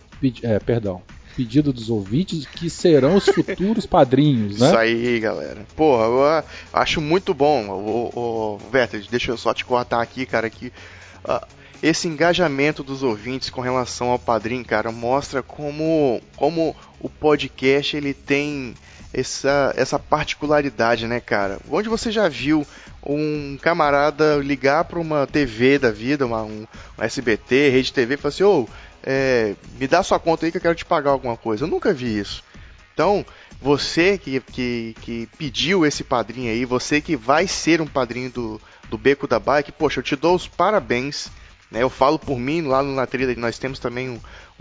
Pedido dos ouvintes que serão os futuros padrinhos, né? Isso aí, galera. Porra, eu acho muito bom. Werther, deixa eu só te cortar aqui, cara, que... esse engajamento dos ouvintes com relação ao Padrim, cara, mostra como o podcast ele tem essa particularidade, né, cara? Onde você já viu um camarada ligar para uma TV da vida, um SBT, Rede TV, e falar assim, me dá sua conta aí que eu quero te pagar alguma coisa. Eu nunca vi isso. Então, você que pediu esse padrinho aí, você que vai ser um padrinho do Beco da Bike, poxa, eu te dou os parabéns. Eu falo por mim, lá na trilha nós temos também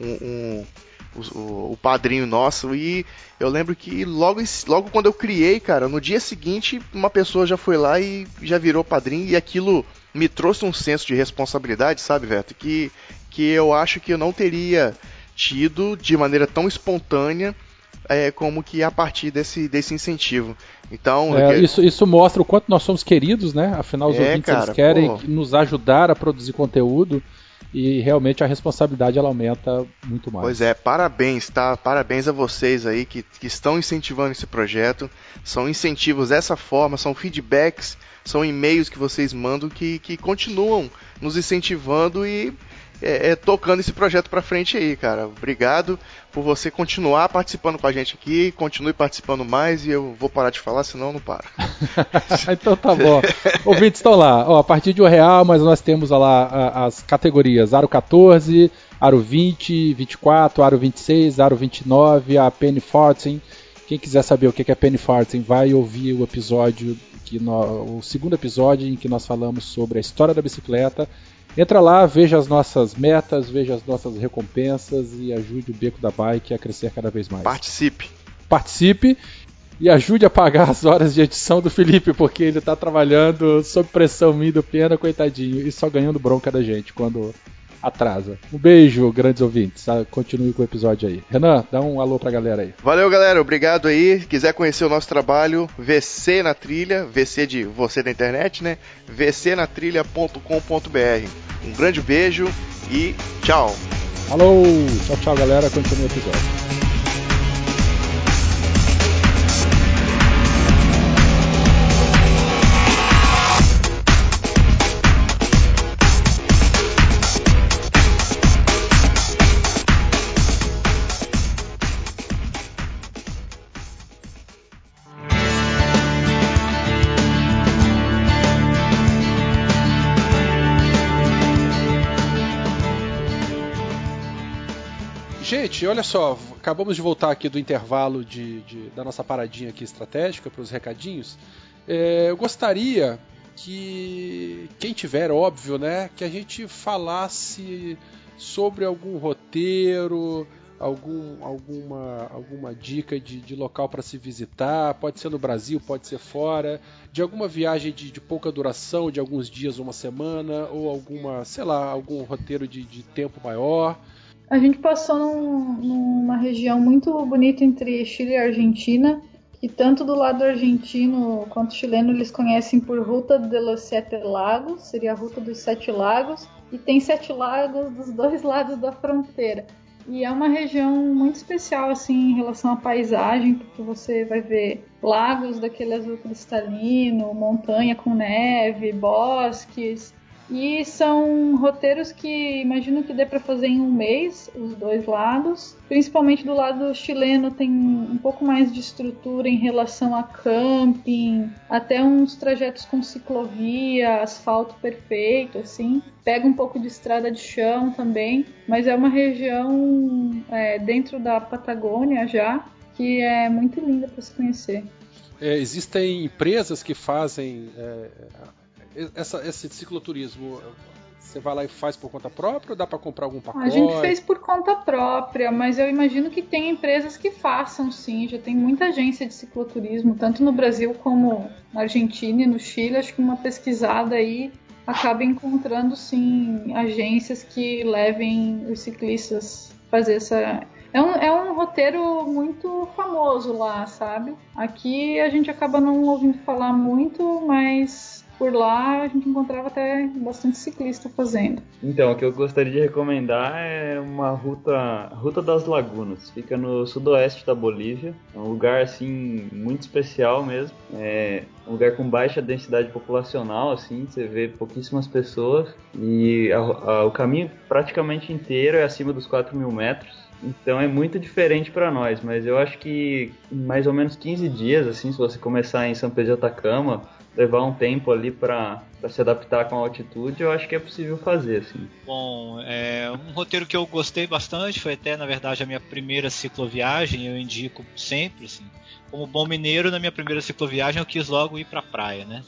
o padrinho nosso, e eu lembro que logo quando eu criei, cara, no dia seguinte uma pessoa já foi lá e já virou padrinho, e aquilo me trouxe um senso de responsabilidade, sabe, Veto, que eu acho que eu não teria tido de maneira tão espontânea como que a partir desse incentivo. Então, isso mostra o quanto nós somos queridos, né? Afinal, os ouvintes eles querem nos ajudar a produzir conteúdo e realmente a responsabilidade ela aumenta muito mais. Pois é, parabéns, tá? Parabéns a vocês aí que estão incentivando esse projeto. São incentivos dessa forma, são feedbacks, são e-mails que vocês mandam que continuam nos incentivando e tocando esse projeto pra frente aí, cara. Obrigado por você continuar participando com a gente aqui, continue participando mais, e eu vou parar de falar, senão eu não paro. Então tá bom. Ouvintes estão lá, a partir de R$1, mas nós temos lá as categorias Aro 14, Aro 20, 24, Aro 26, Aro 29, a Penny Farthing. Quem quiser saber o que é Penny Farthing, vai ouvir o episódio, o segundo episódio em que nós falamos sobre a história da bicicleta. Entra lá, veja as nossas metas, veja as nossas recompensas e ajude o Beco da Bike a crescer cada vez mais. Participe e ajude a pagar as horas de edição do Felipe, porque ele está trabalhando sob pressão minha do Pena, coitadinho, e só ganhando bronca da gente quando atrasa. Um beijo, grandes ouvintes. Continue com o episódio aí. Renan, dá um alô pra galera aí. Valeu, galera. Obrigado aí. Quiser conhecer o nosso trabalho, VC na Trilha, VC de você da internet, né? vcnatrilha.com.br. Um grande beijo e tchau. Alô, tchau, galera. Continue o episódio. Gente, olha só, acabamos de voltar aqui do intervalo da nossa paradinha aqui estratégica para os recadinhos. Eu gostaria que quem tiver, óbvio, né, que a gente falasse sobre algum roteiro, alguma dica de local para se visitar, pode ser no Brasil, pode ser fora, de alguma viagem de pouca duração, de alguns dias, uma semana, ou algum roteiro de tempo maior. A gente passou numa região muito bonita entre Chile e Argentina, que tanto do lado argentino quanto chileno eles conhecem por Ruta de los Sete Lagos, seria a Ruta dos Sete Lagos, e tem 7 lagos dos 2 lados da fronteira. E é uma região muito especial assim em relação à paisagem, porque você vai ver lagos daquele azul cristalino, montanha com neve, bosques. E são roteiros que imagino que dê para fazer em um mês, os 2 lados. Principalmente do lado chileno tem um pouco mais de estrutura em relação a camping, até uns trajetos com ciclovia, asfalto perfeito, assim. Pega um pouco de estrada de chão também, mas é uma região dentro da Patagônia já, que é muito linda para se conhecer. Existem empresas que fazem... esse cicloturismo, você vai lá e faz por conta própria ou dá para comprar algum pacote? A gente fez por conta própria, mas eu imagino que tem empresas que façam sim, já tem muita agência de cicloturismo, tanto no Brasil como na Argentina e no Chile. Acho que uma pesquisada aí acaba encontrando sim agências que levem os ciclistas a fazer essa... É um roteiro muito famoso lá, sabe? Aqui a gente acaba não ouvindo falar muito, mas por lá a gente encontrava até bastante ciclista fazendo. Então, o que eu gostaria de recomendar é uma Ruta das Lagunas. Fica no sudoeste da Bolívia. É um lugar assim muito especial mesmo. É um lugar com baixa densidade populacional, assim, você vê pouquíssimas pessoas. E o caminho praticamente inteiro é acima dos 4.000 metros. Então é muito diferente para nós, mas eu acho que em mais ou menos 15 dias, assim, se você começar em São Pedro de Atacama, levar um tempo ali para se adaptar com a altitude, eu acho que é possível fazer, assim. Bom, um roteiro que eu gostei bastante, foi até, na verdade, a minha primeira cicloviagem, eu indico sempre, assim. Como bom mineiro, na minha primeira cicloviagem eu quis logo ir para a praia, né?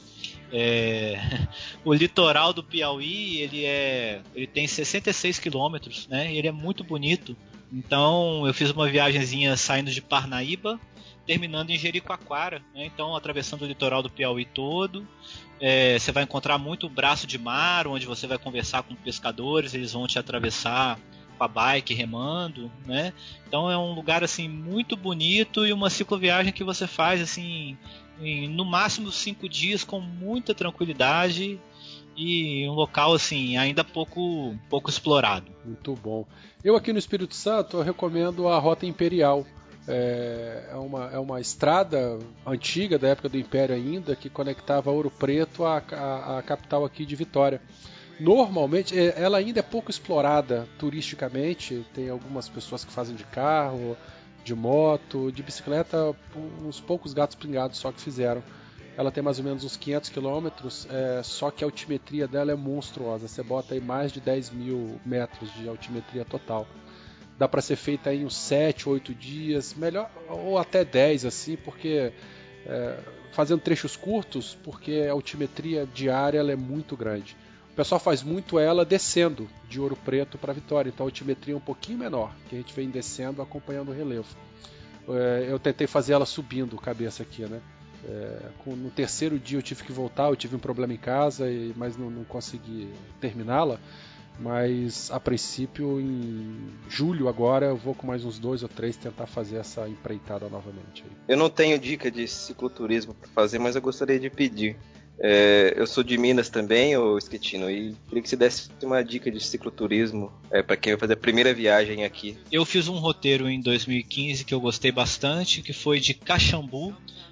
O litoral do Piauí, ele tem 66 quilômetros, né? Ele é muito bonito. Então eu fiz uma viagenzinha saindo de Parnaíba, terminando em Jericoacoara, né? Então atravessando o litoral do Piauí todo. Você vai encontrar muito braço de mar, onde você vai conversar com pescadores, eles vão te atravessar com a bike, remando, né? Então é um lugar assim muito bonito e uma cicloviagem que você faz assim em no máximo 5 dias com muita tranquilidade. E um local assim ainda pouco explorado. Muito bom. Eu aqui no Espírito Santo eu recomendo a Rota Imperial. É uma estrada antiga da época do Império ainda, que conectava Ouro Preto à capital aqui de Vitória. Normalmente ela ainda é pouco explorada turisticamente. Tem algumas pessoas que fazem de carro, de moto, de bicicleta, uns poucos gatos pingados só que fizeram. Ela tem mais ou menos uns 500 quilômetros, só que a altimetria dela é monstruosa. Você bota aí mais de 10.000 metros de altimetria total. Dá para ser feita em uns 7, 8 dias, melhor, ou até 10 assim, porque fazendo trechos curtos, porque a altimetria diária ela é muito grande. O pessoal faz muito ela descendo de Ouro Preto para Vitória, então a altimetria é um pouquinho menor, que a gente vem descendo acompanhando o relevo. Eu tentei fazer ela subindo cabeça aqui, né? No terceiro dia eu tive que voltar, eu tive um problema em casa, mas não consegui terminá-la. Mas a princípio em julho agora eu vou com mais uns 2 ou 3 tentar fazer essa empreitada novamente. Eu não tenho dica de cicloturismo para fazer, mas eu gostaria de pedir. Eu sou de Minas também, ô Schettino, e queria que você desse uma dica de cicloturismo para quem vai fazer a primeira viagem aqui. Eu fiz um roteiro em 2015 que eu gostei bastante, que foi de Caxambu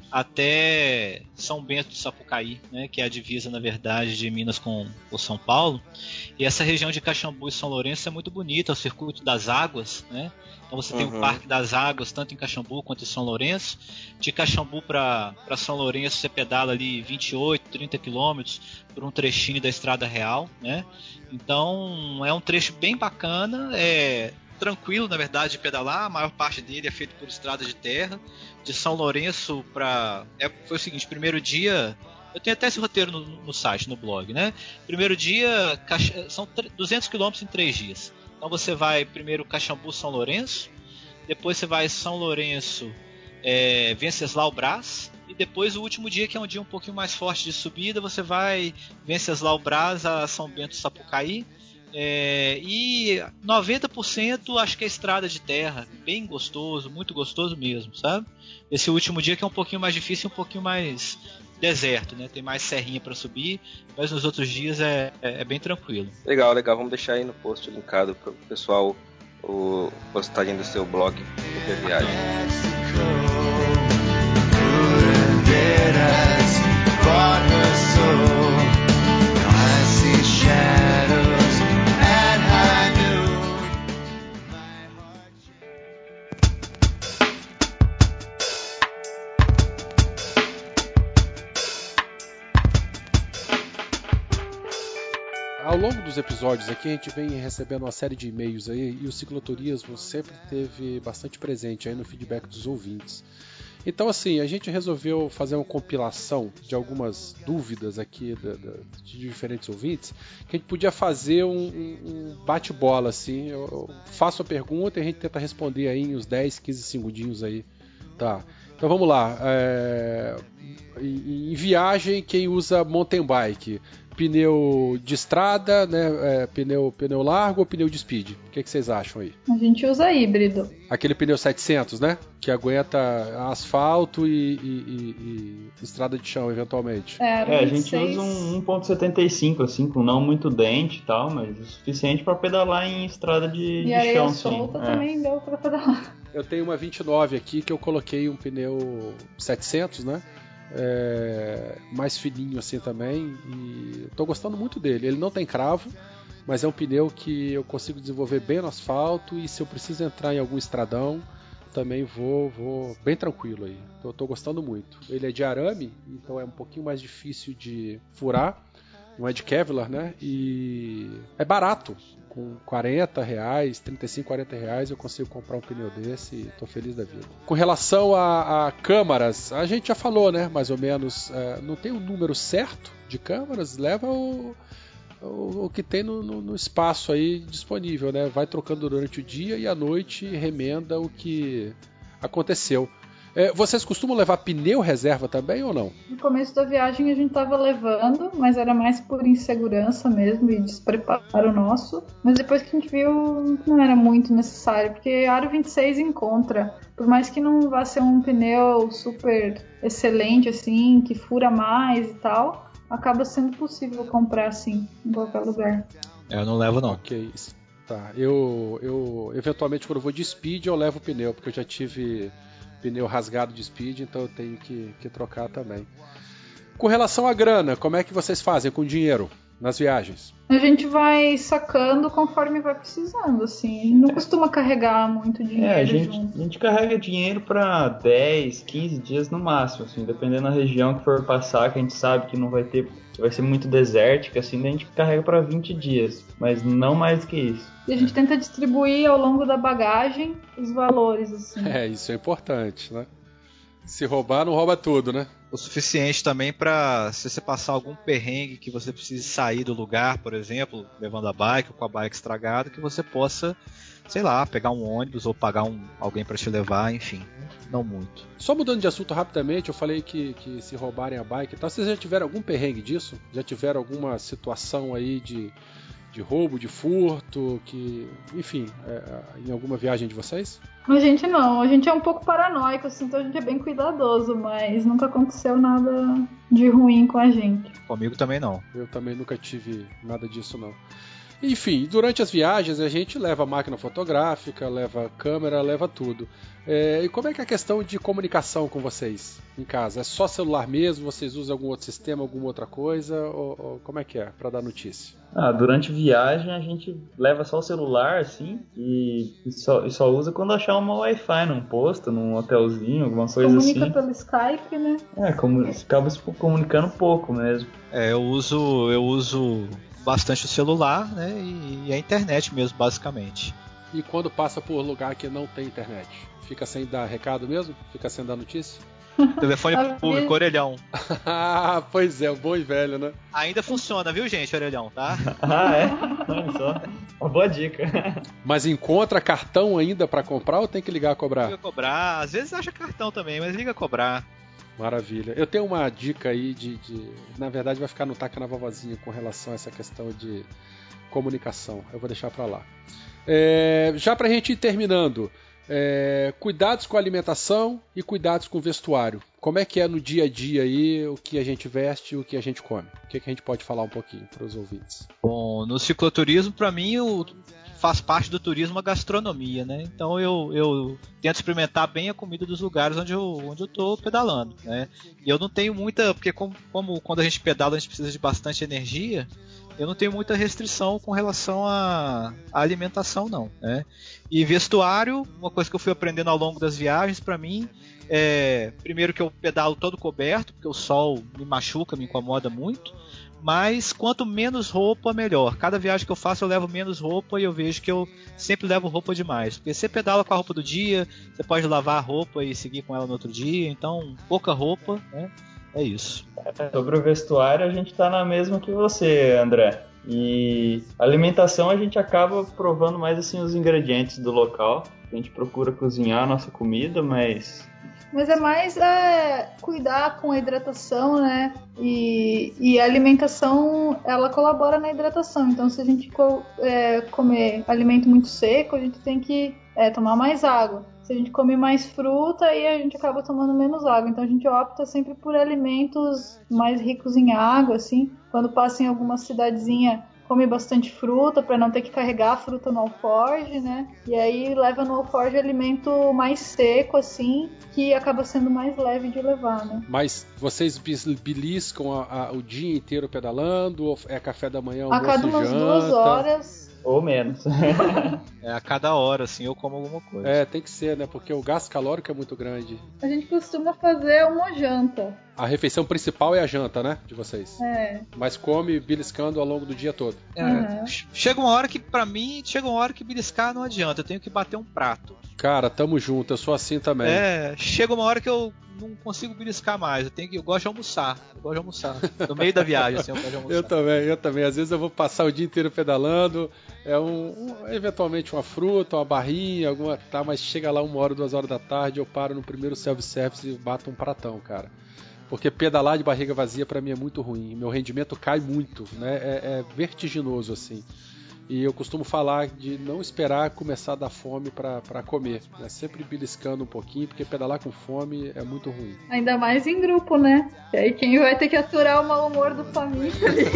até São Bento do Sapucaí, né, que é a divisa, na verdade, de Minas com o São Paulo. E essa região de Caxambu e São Lourenço é muito bonita, o circuito das águas, né? Então você tem o Parque das Águas, tanto em Caxambu quanto em São Lourenço. De Caxambu para São Lourenço você pedala ali 28, 30 quilômetros por um trechinho da Estrada Real, né? Então é um trecho bem bacana, tranquilo, na verdade, de pedalar. A maior parte dele é feito por estrada de terra. De São Lourenço para... foi o seguinte, primeiro dia... Eu tenho até esse roteiro no site, no blog, né? Primeiro dia, são 200 km em 3 dias. Então você vai primeiro Caxambu, São Lourenço. Depois você vai São Lourenço, Venceslau Brás. E depois o último dia, que é um dia um pouquinho mais forte de subida, você vai Venceslau Brás a São Bento Sapucaí. E 90% acho que é estrada de terra, bem gostoso, muito gostoso mesmo, sabe? Esse último dia que é um pouquinho mais difícil, um pouquinho mais deserto, né? Tem mais serrinha para subir, mas nos outros dias é bem tranquilo. Legal, vamos deixar aí no post linkado para o pessoal o postagem do seu blog sobre a viagem. Ao longo dos episódios aqui a gente vem recebendo uma série de e-mails aí e o cicloturismo sempre teve bastante presente aí no feedback dos ouvintes. Então assim, a gente resolveu fazer uma compilação de algumas dúvidas aqui de diferentes ouvintes, que a gente podia fazer um bate-bola assim, eu faço a pergunta e a gente tenta responder aí em uns 10, 15 segundinhos aí, tá? Então vamos lá, em viagem quem usa mountain bike? Pneu de estrada, né? Pneu largo ou pneu de speed? O que vocês acham aí? A gente usa híbrido. Aquele pneu 700, né? Que aguenta asfalto e estrada de chão, eventualmente. A gente usa um 1.75, assim, com não muito dente e tal, mas o suficiente para pedalar em estrada de chão, sim. E areia solta também deu para pedalar. Eu tenho uma 29 aqui que eu coloquei um pneu 700, né? Mais fininho assim também, e tô gostando muito dele. Ele não tem cravo, mas é um pneu que eu consigo desenvolver bem no asfalto, e se eu preciso entrar em algum estradão também vou bem tranquilo aí. Tô gostando muito. Ele é de arame, então é um pouquinho mais difícil de furar, não é de Kevlar, né? E é barato. Com R$40, 35, R$40 eu consigo comprar um pneu desse e tô feliz da vida. Com relação a câmaras, a gente já falou, né? Mais ou menos, não tem o número certo de câmaras, leva o que tem no espaço aí disponível, né? Vai trocando durante o dia e à noite remenda o que aconteceu. Vocês costumam levar pneu reserva também ou não? No começo da viagem a gente estava levando, mas era mais por insegurança mesmo e despreparo nosso. Mas depois que a gente viu, não era muito necessário, porque Aro 26 encontra. Por mais que não vá ser um pneu super excelente, assim, que fura mais e tal, acaba sendo possível comprar assim, em qualquer lugar. Eu não levo não. Ok, tá. Eu eventualmente quando eu vou de speed eu levo o pneu, porque eu já tive pneu rasgado de speed, então eu tenho que trocar também. Com relação à grana, como é que vocês fazem com dinheiro nas viagens? A gente vai sacando conforme vai precisando, assim. A gente não costuma carregar muito dinheiro junto. A gente carrega dinheiro para 10, 15 dias no máximo, assim, dependendo da região que for passar, que a gente sabe que não vai ter, vai ser muito desértica, assim, daí a gente carrega para 20 dias, mas não mais que isso. E a gente tenta distribuir ao longo da bagagem os valores, assim. Isso é importante, né? Se roubar, não rouba tudo, né? O suficiente também para, se você passar algum perrengue que você precise sair do lugar, por exemplo, levando a bike ou com a bike estragada, que você possa, sei lá, pegar um ônibus ou pagar alguém para te levar, enfim, não muito. Só mudando de assunto rapidamente, eu falei que se roubarem a bike e tal, vocês já tiveram algum perrengue disso? Já tiveram alguma situação aí de roubo, de furto, enfim, em alguma viagem de vocês? A gente não, a gente é um pouco paranoico, assim, então a gente é bem cuidadoso, mas nunca aconteceu nada de ruim com a gente. Comigo também não. Eu também nunca tive nada disso, não. Enfim, durante as viagens a gente leva máquina fotográfica, leva câmera, leva tudo. E como é que é a questão de comunicação com vocês em casa? É só celular mesmo? Vocês usam algum outro sistema, alguma outra coisa? Ou como é que é, para dar notícia? Durante viagem a gente leva só o celular, assim, e só usa quando achar uma Wi-Fi num posto, num hotelzinho, alguma coisa assim. Comunica pelo Skype, né? Acaba se comunicando pouco mesmo. Eu uso bastante o celular, né, e a internet mesmo, basicamente. E quando passa por lugar que não tem internet? Fica sem dar recado mesmo? Fica sem dar notícia? Telefone público, orelhão. Ah, pois é, o bom e velho, né? Ainda funciona, viu, gente, orelhão, tá? É? Olha só. Uma boa dica. Mas encontra cartão ainda pra comprar ou tem que ligar a cobrar? Liga a cobrar. Às vezes acha cartão também, mas liga a cobrar. Maravilha. Eu tenho uma dica aí na verdade vai ficar no taca na vovozinha com relação a essa questão de comunicação. Eu vou deixar pra lá. Já pra gente ir terminando, cuidados com a alimentação e cuidados com o vestuário. Como é que é no dia a dia aí o que a gente veste e o que a gente come? O que a gente pode falar um pouquinho para os ouvintes? Bom, no cicloturismo, para mim, faz parte do turismo a gastronomia, né? Então eu tento experimentar bem a comida dos lugares onde eu tô pedalando, né? E eu não tenho muita... Porque como quando a gente pedala a gente precisa de bastante energia, eu não tenho muita restrição com relação à alimentação, não, né? E vestuário, uma coisa que eu fui aprendendo ao longo das viagens, para mim, primeiro que eu pedalo todo coberto, porque o sol me machuca, me incomoda muito, mas quanto menos roupa, melhor. Cada viagem que eu faço eu levo menos roupa e eu vejo que eu sempre levo roupa demais, porque você pedala com a roupa do dia, você pode lavar a roupa e seguir com ela no outro dia, então pouca roupa, né? É isso. Sobre o vestuário, a gente tá na mesma que você, André. E alimentação a gente acaba provando mais assim os ingredientes do local. A gente procura cozinhar a nossa comida, mas é mais cuidar com a hidratação, né? E a alimentação, ela colabora na hidratação. Então, se a gente comer alimento muito seco, a gente tem que tomar mais água. Se a gente come mais fruta, aí a gente acaba tomando menos água. Então a gente opta sempre por alimentos mais ricos em água, assim. Quando passa em alguma cidadezinha, come bastante fruta para não ter que carregar a fruta no alforge, né? E aí leva no alforge alimento mais seco, assim, que acaba sendo mais leve de levar, né? Mas vocês beliscam o dia inteiro pedalando? Ou é café da manhã, almoço, a cada umas janta? 2 horas... Ou menos. A cada hora, assim, eu como alguma coisa. Tem que ser, né? Porque o gasto calórico é muito grande. A gente costuma fazer uma janta. A refeição principal é a janta, né? De vocês. Mas come beliscando ao longo do dia todo. Chega uma hora que, pra mim, beliscar não adianta. Eu tenho que bater um prato. Cara, tamo junto. Eu sou assim também. Chega uma hora que eu não consigo beliscar mais. Eu gosto de almoçar. No meio da viagem, assim, eu gosto de almoçar. Eu também. Às vezes eu vou passar o dia inteiro pedalando. Eventualmente uma fruta, uma barrinha, mas chega lá 1 hora, 2 horas da tarde, eu paro no primeiro self-service e bato um pratão, cara. Porque pedalar de barriga vazia pra mim é muito ruim. Meu rendimento cai muito, né? É vertiginoso, assim. E eu costumo falar de não esperar começar a dar fome pra comer, né? Sempre beliscando um pouquinho, porque pedalar com fome é muito ruim. Ainda mais em grupo, né? E aí quem vai ter que aturar o mau humor do família ali?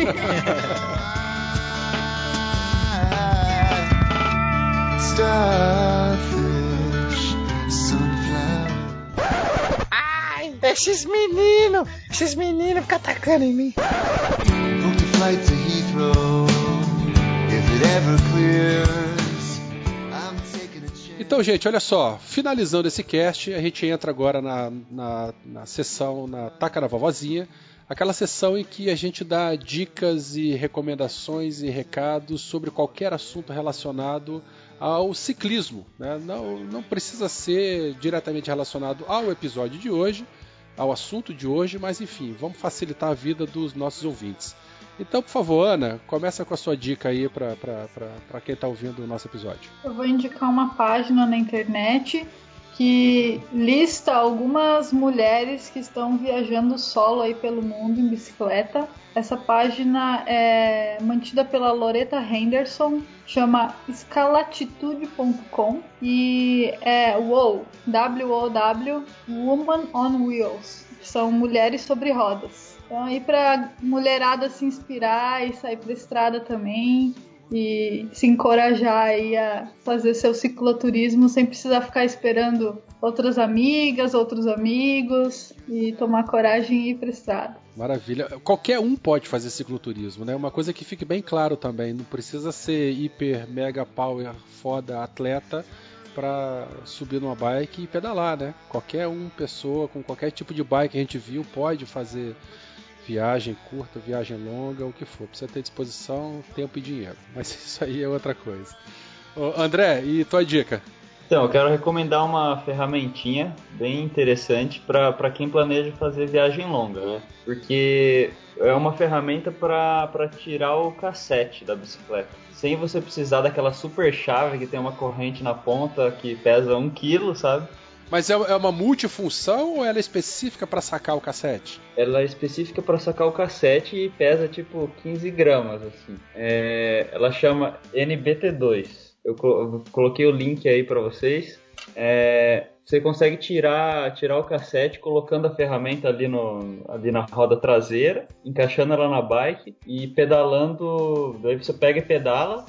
Starfish, sunflower. Ai, esses meninos ficam atacando em mim. Booked a flight to Heathrow. If it ever clears, I'm taking a chance. Então, gente, olha só. Finalizando esse cast, a gente entra agora na sessão, na Taca na Vovozinha. Aquela sessão em que a gente dá dicas e recomendações e recados sobre qualquer assunto relacionado ao ciclismo, né? Não precisa ser diretamente relacionado ao episódio de hoje, ao assunto de hoje, mas enfim, vamos facilitar a vida dos nossos ouvintes. Então, por favor, Ana, começa com a sua dica aí para quem está ouvindo o nosso episódio. Eu vou indicar uma página na internet que lista algumas mulheres que estão viajando solo aí pelo mundo em bicicleta. Essa página é mantida pela Loretta Henderson, chama escalatitude.com e é WOW, W-O-W, Woman on Wheels, são mulheres sobre rodas. Então aí pra mulherada se inspirar e sair pra estrada também e se encorajar aí a fazer seu cicloturismo sem precisar ficar esperando outras amigas, outros amigos e tomar coragem e ir pra estrada. Maravilha. Qualquer um pode fazer cicloturismo, né? Uma coisa que fique bem claro também, não precisa ser hiper, mega power, foda, atleta para subir numa bike e pedalar, né? Qualquer pessoa com qualquer tipo de bike que a gente viu pode fazer viagem curta, viagem longa, o que for. Precisa ter disposição, tempo e dinheiro. Mas isso aí é outra coisa. Ô, André, e tua dica? Então, eu quero recomendar uma ferramentinha bem interessante para quem planeja fazer viagem longa, né? Porque é uma ferramenta para tirar o cassete da bicicleta. Sem você precisar daquela super chave que tem uma corrente na ponta que pesa 1 kg, sabe? Mas é uma multifunção ou ela é específica para sacar o cassete? Ela é específica para sacar o cassete e pesa tipo 15 gramas, assim. Ela chama NBT2. Eu coloquei o link aí para vocês. Você consegue tirar o cassete colocando a ferramenta ali na roda traseira, encaixando ela na bike e pedalando. Daí você pega e pedala.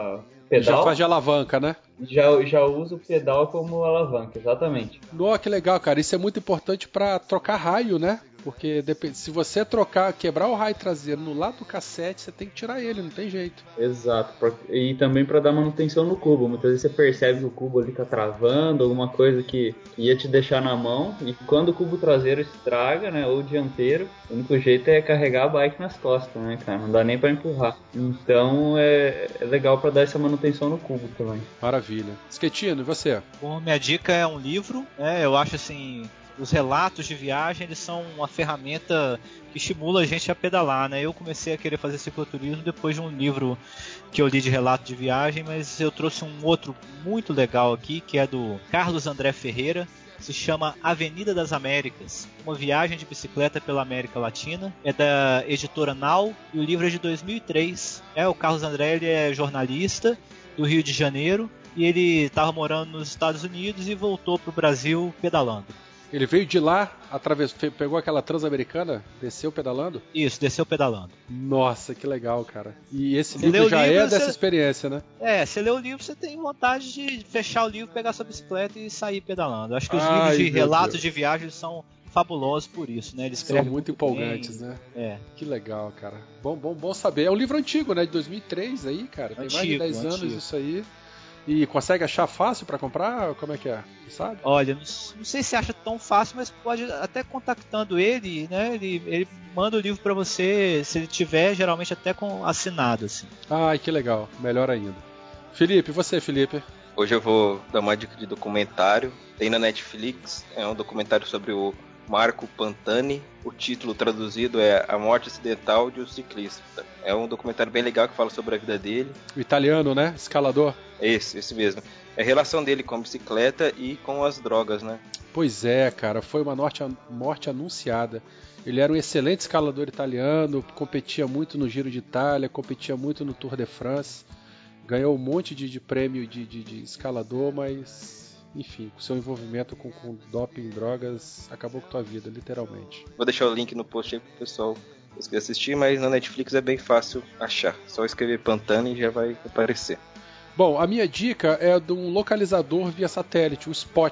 Já faz de alavanca, né? Já usa o pedal como alavanca, exatamente. Nossa, que legal, cara. Isso é muito importante para trocar raio, né? Porque se você quebrar o raio traseiro no lado do cassete, você tem que tirar ele, não tem jeito. Exato. E também para dar manutenção no cubo. Muitas vezes você percebe que o cubo ali tá travando, alguma coisa que ia te deixar na mão. E quando o cubo traseiro estraga, né, ou o dianteiro, o único jeito é carregar a bike nas costas, né, cara? Não dá nem para empurrar. Então é legal para dar essa manutenção no cubo também. Maravilha. Esquetino, e você? Bom, minha dica é um livro, né? Eu acho assim, os relatos de viagem, eles são uma ferramenta que estimula a gente a pedalar, né? Eu comecei a querer fazer cicloturismo depois de um livro que eu li de relato de viagem, mas eu trouxe um outro muito legal aqui, que é do Carlos André Ferreira, se chama Avenida das Américas, uma viagem de bicicleta pela América Latina. É da editora Nau e o livro é de 2003. O Carlos André, ele é jornalista do Rio de Janeiro e ele estava morando nos Estados Unidos e voltou para o Brasil pedalando. Ele veio de lá, pegou aquela Transamericana, desceu pedalando? Isso, desceu pedalando. Nossa, que legal, cara. E esse livro já é dessa experiência, né? Você lê o livro, você tem vontade de fechar o livro, pegar sua bicicleta e sair pedalando. Acho que os livros de relatos de viagem são fabulosos por isso, né? Eles são muito empolgantes, bem, né? Que legal, cara. Bom saber. É um livro antigo, né? De 2003 aí, cara. Tem mais de 10 anos isso aí. E consegue achar fácil para comprar? Como é que é? Sabe? Olha, não sei se acha tão fácil, mas pode até contactando ele, né? Ele manda o livro para você, se ele tiver, geralmente até com assinado, assim. Ai, que legal. Melhor ainda. Felipe, você, Felipe? Hoje eu vou dar uma dica de documentário. Tem na Netflix, é um documentário sobre o Marco Pantani. O título traduzido é A Morte Acidental de um Ciclista. É um documentário bem legal que fala sobre a vida dele. O italiano, né? Escalador. Esse mesmo. É a relação dele com a bicicleta e com as drogas, né? Pois é, cara. Foi uma morte anunciada. Ele era um excelente escalador italiano, competia muito no Giro de Itália, competia muito no Tour de France. Ganhou um monte de prêmio de escalador, mas... Enfim, com seu envolvimento com doping, drogas, acabou com tua vida, literalmente. Vou deixar o link no post aí pro pessoal assistir, mas na Netflix é bem fácil achar. Só escrever Pantani e já vai aparecer. Bom, a minha dica é de um localizador via satélite, o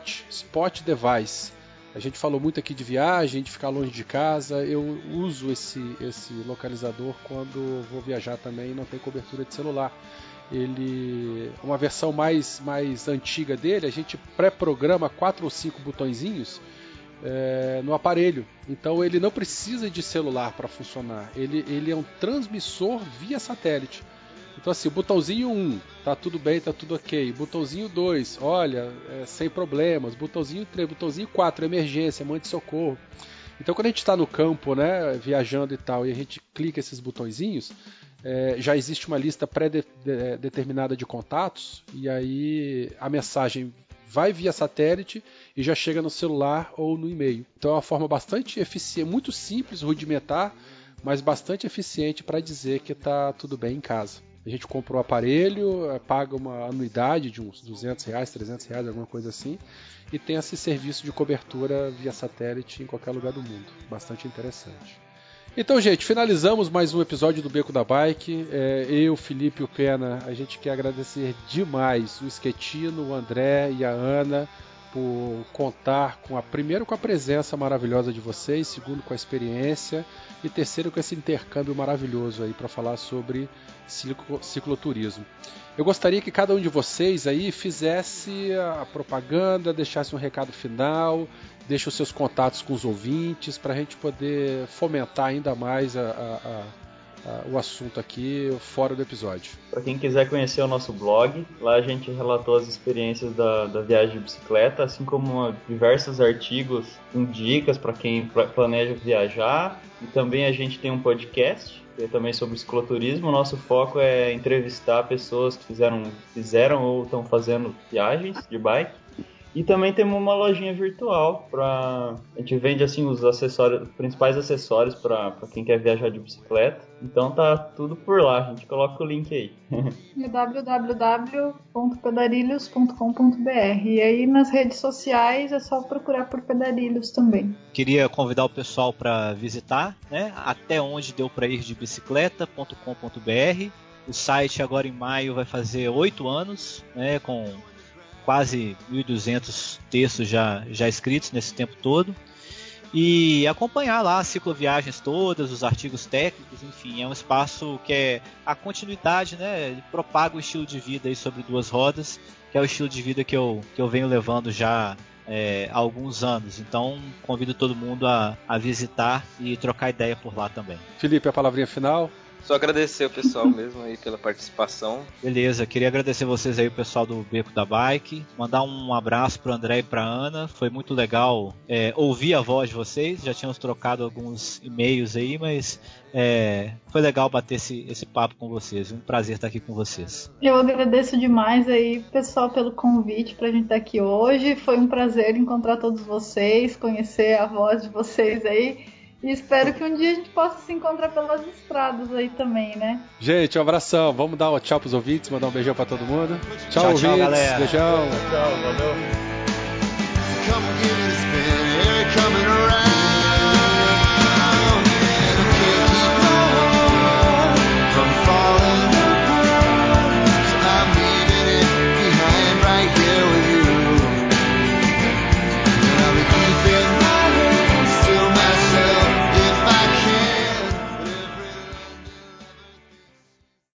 Spot Device. A gente falou muito aqui de viagem, de ficar longe de casa. Eu uso esse localizador quando vou viajar também e não tem cobertura de celular. Uma versão mais antiga dele, a gente pré-programa 4 ou 5 botõezinhos no aparelho. Então ele não precisa de celular para funcionar. Ele é um transmissor via satélite. Então assim, botãozinho 1, tá tudo bem, tá tudo ok. Botãozinho 2, olha, sem problemas. Botãozinho 3, botãozinho 4, emergência, mande socorro. Então quando a gente está no campo, né, viajando e tal, e a gente clica esses botõezinhos, já existe uma lista pré-determinada de contatos, e aí a mensagem vai via satélite e já chega no celular ou no e-mail. Então é uma forma bastante eficiente, muito simples, rudimentar, mas bastante eficiente para dizer que está tudo bem em casa. A gente compra o aparelho, paga uma anuidade de uns R$200, R$300, alguma coisa assim, e tem esse serviço de cobertura via satélite em qualquer lugar do mundo. Bastante interessante. Então, gente, finalizamos mais um episódio do Beco da Bike. Eu, Felipe e o Pena, a gente quer agradecer demais o Esquetino, o André e a Ana por contar primeiro com a presença maravilhosa de vocês, segundo com a experiência e terceiro com esse intercâmbio maravilhoso aí para falar sobre cicloturismo. Eu gostaria que cada um de vocês aí fizesse a propaganda, deixasse um recado final, deixe os seus contatos com os ouvintes para a gente poder fomentar ainda mais o assunto aqui fora do episódio. Para quem quiser conhecer o nosso blog, lá a gente relatou as experiências da viagem de bicicleta, assim como diversos artigos com dicas para quem planeja viajar. E também a gente tem um podcast, que é também sobre cicloturismo. O nosso foco é entrevistar pessoas que fizeram ou estão fazendo viagens de bike. E também temos uma lojinha virtual a gente vende assim os principais acessórios para quem quer viajar de bicicleta. Então tá tudo por lá, a gente coloca o link aí. É www.pedarilhos.com.br. E aí nas redes sociais é só procurar por Pedarilhos também. Queria convidar o pessoal para visitar, né? Até onde deu para ir de bicicleta.com.br. O site agora em maio vai fazer 8 anos, né? Com quase 1.200 textos já escritos nesse tempo todo, e acompanhar lá as cicloviagens todas, os artigos técnicos, enfim, é um espaço que é a continuidade, né? Ele propaga o estilo de vida aí sobre duas rodas, que é o estilo de vida que eu venho levando já há alguns anos. Então convido todo mundo a visitar e trocar ideia por lá também. Felipe, a palavrinha final? Só agradecer o pessoal mesmo aí pela participação. Beleza, queria agradecer vocês aí, o pessoal do Beco da Bike. Mandar um abraço pro André e pra Ana. Foi muito legal ouvir a voz de vocês. Já tínhamos trocado alguns e-mails aí, mas foi legal bater esse papo com vocês. Um prazer estar aqui com vocês. Eu agradeço demais aí, pessoal, pelo convite pra gente estar aqui hoje. Foi um prazer encontrar todos vocês, conhecer a voz de vocês aí. E espero que um dia a gente possa se encontrar pelas estradas aí também, né? Gente, um abração. Vamos dar um tchau pros ouvintes, mandar um beijão pra todo mundo. Tchau, ouvintes. Tchau, galera. Beijão. Tchau, valeu. Come give it a spin, here coming around.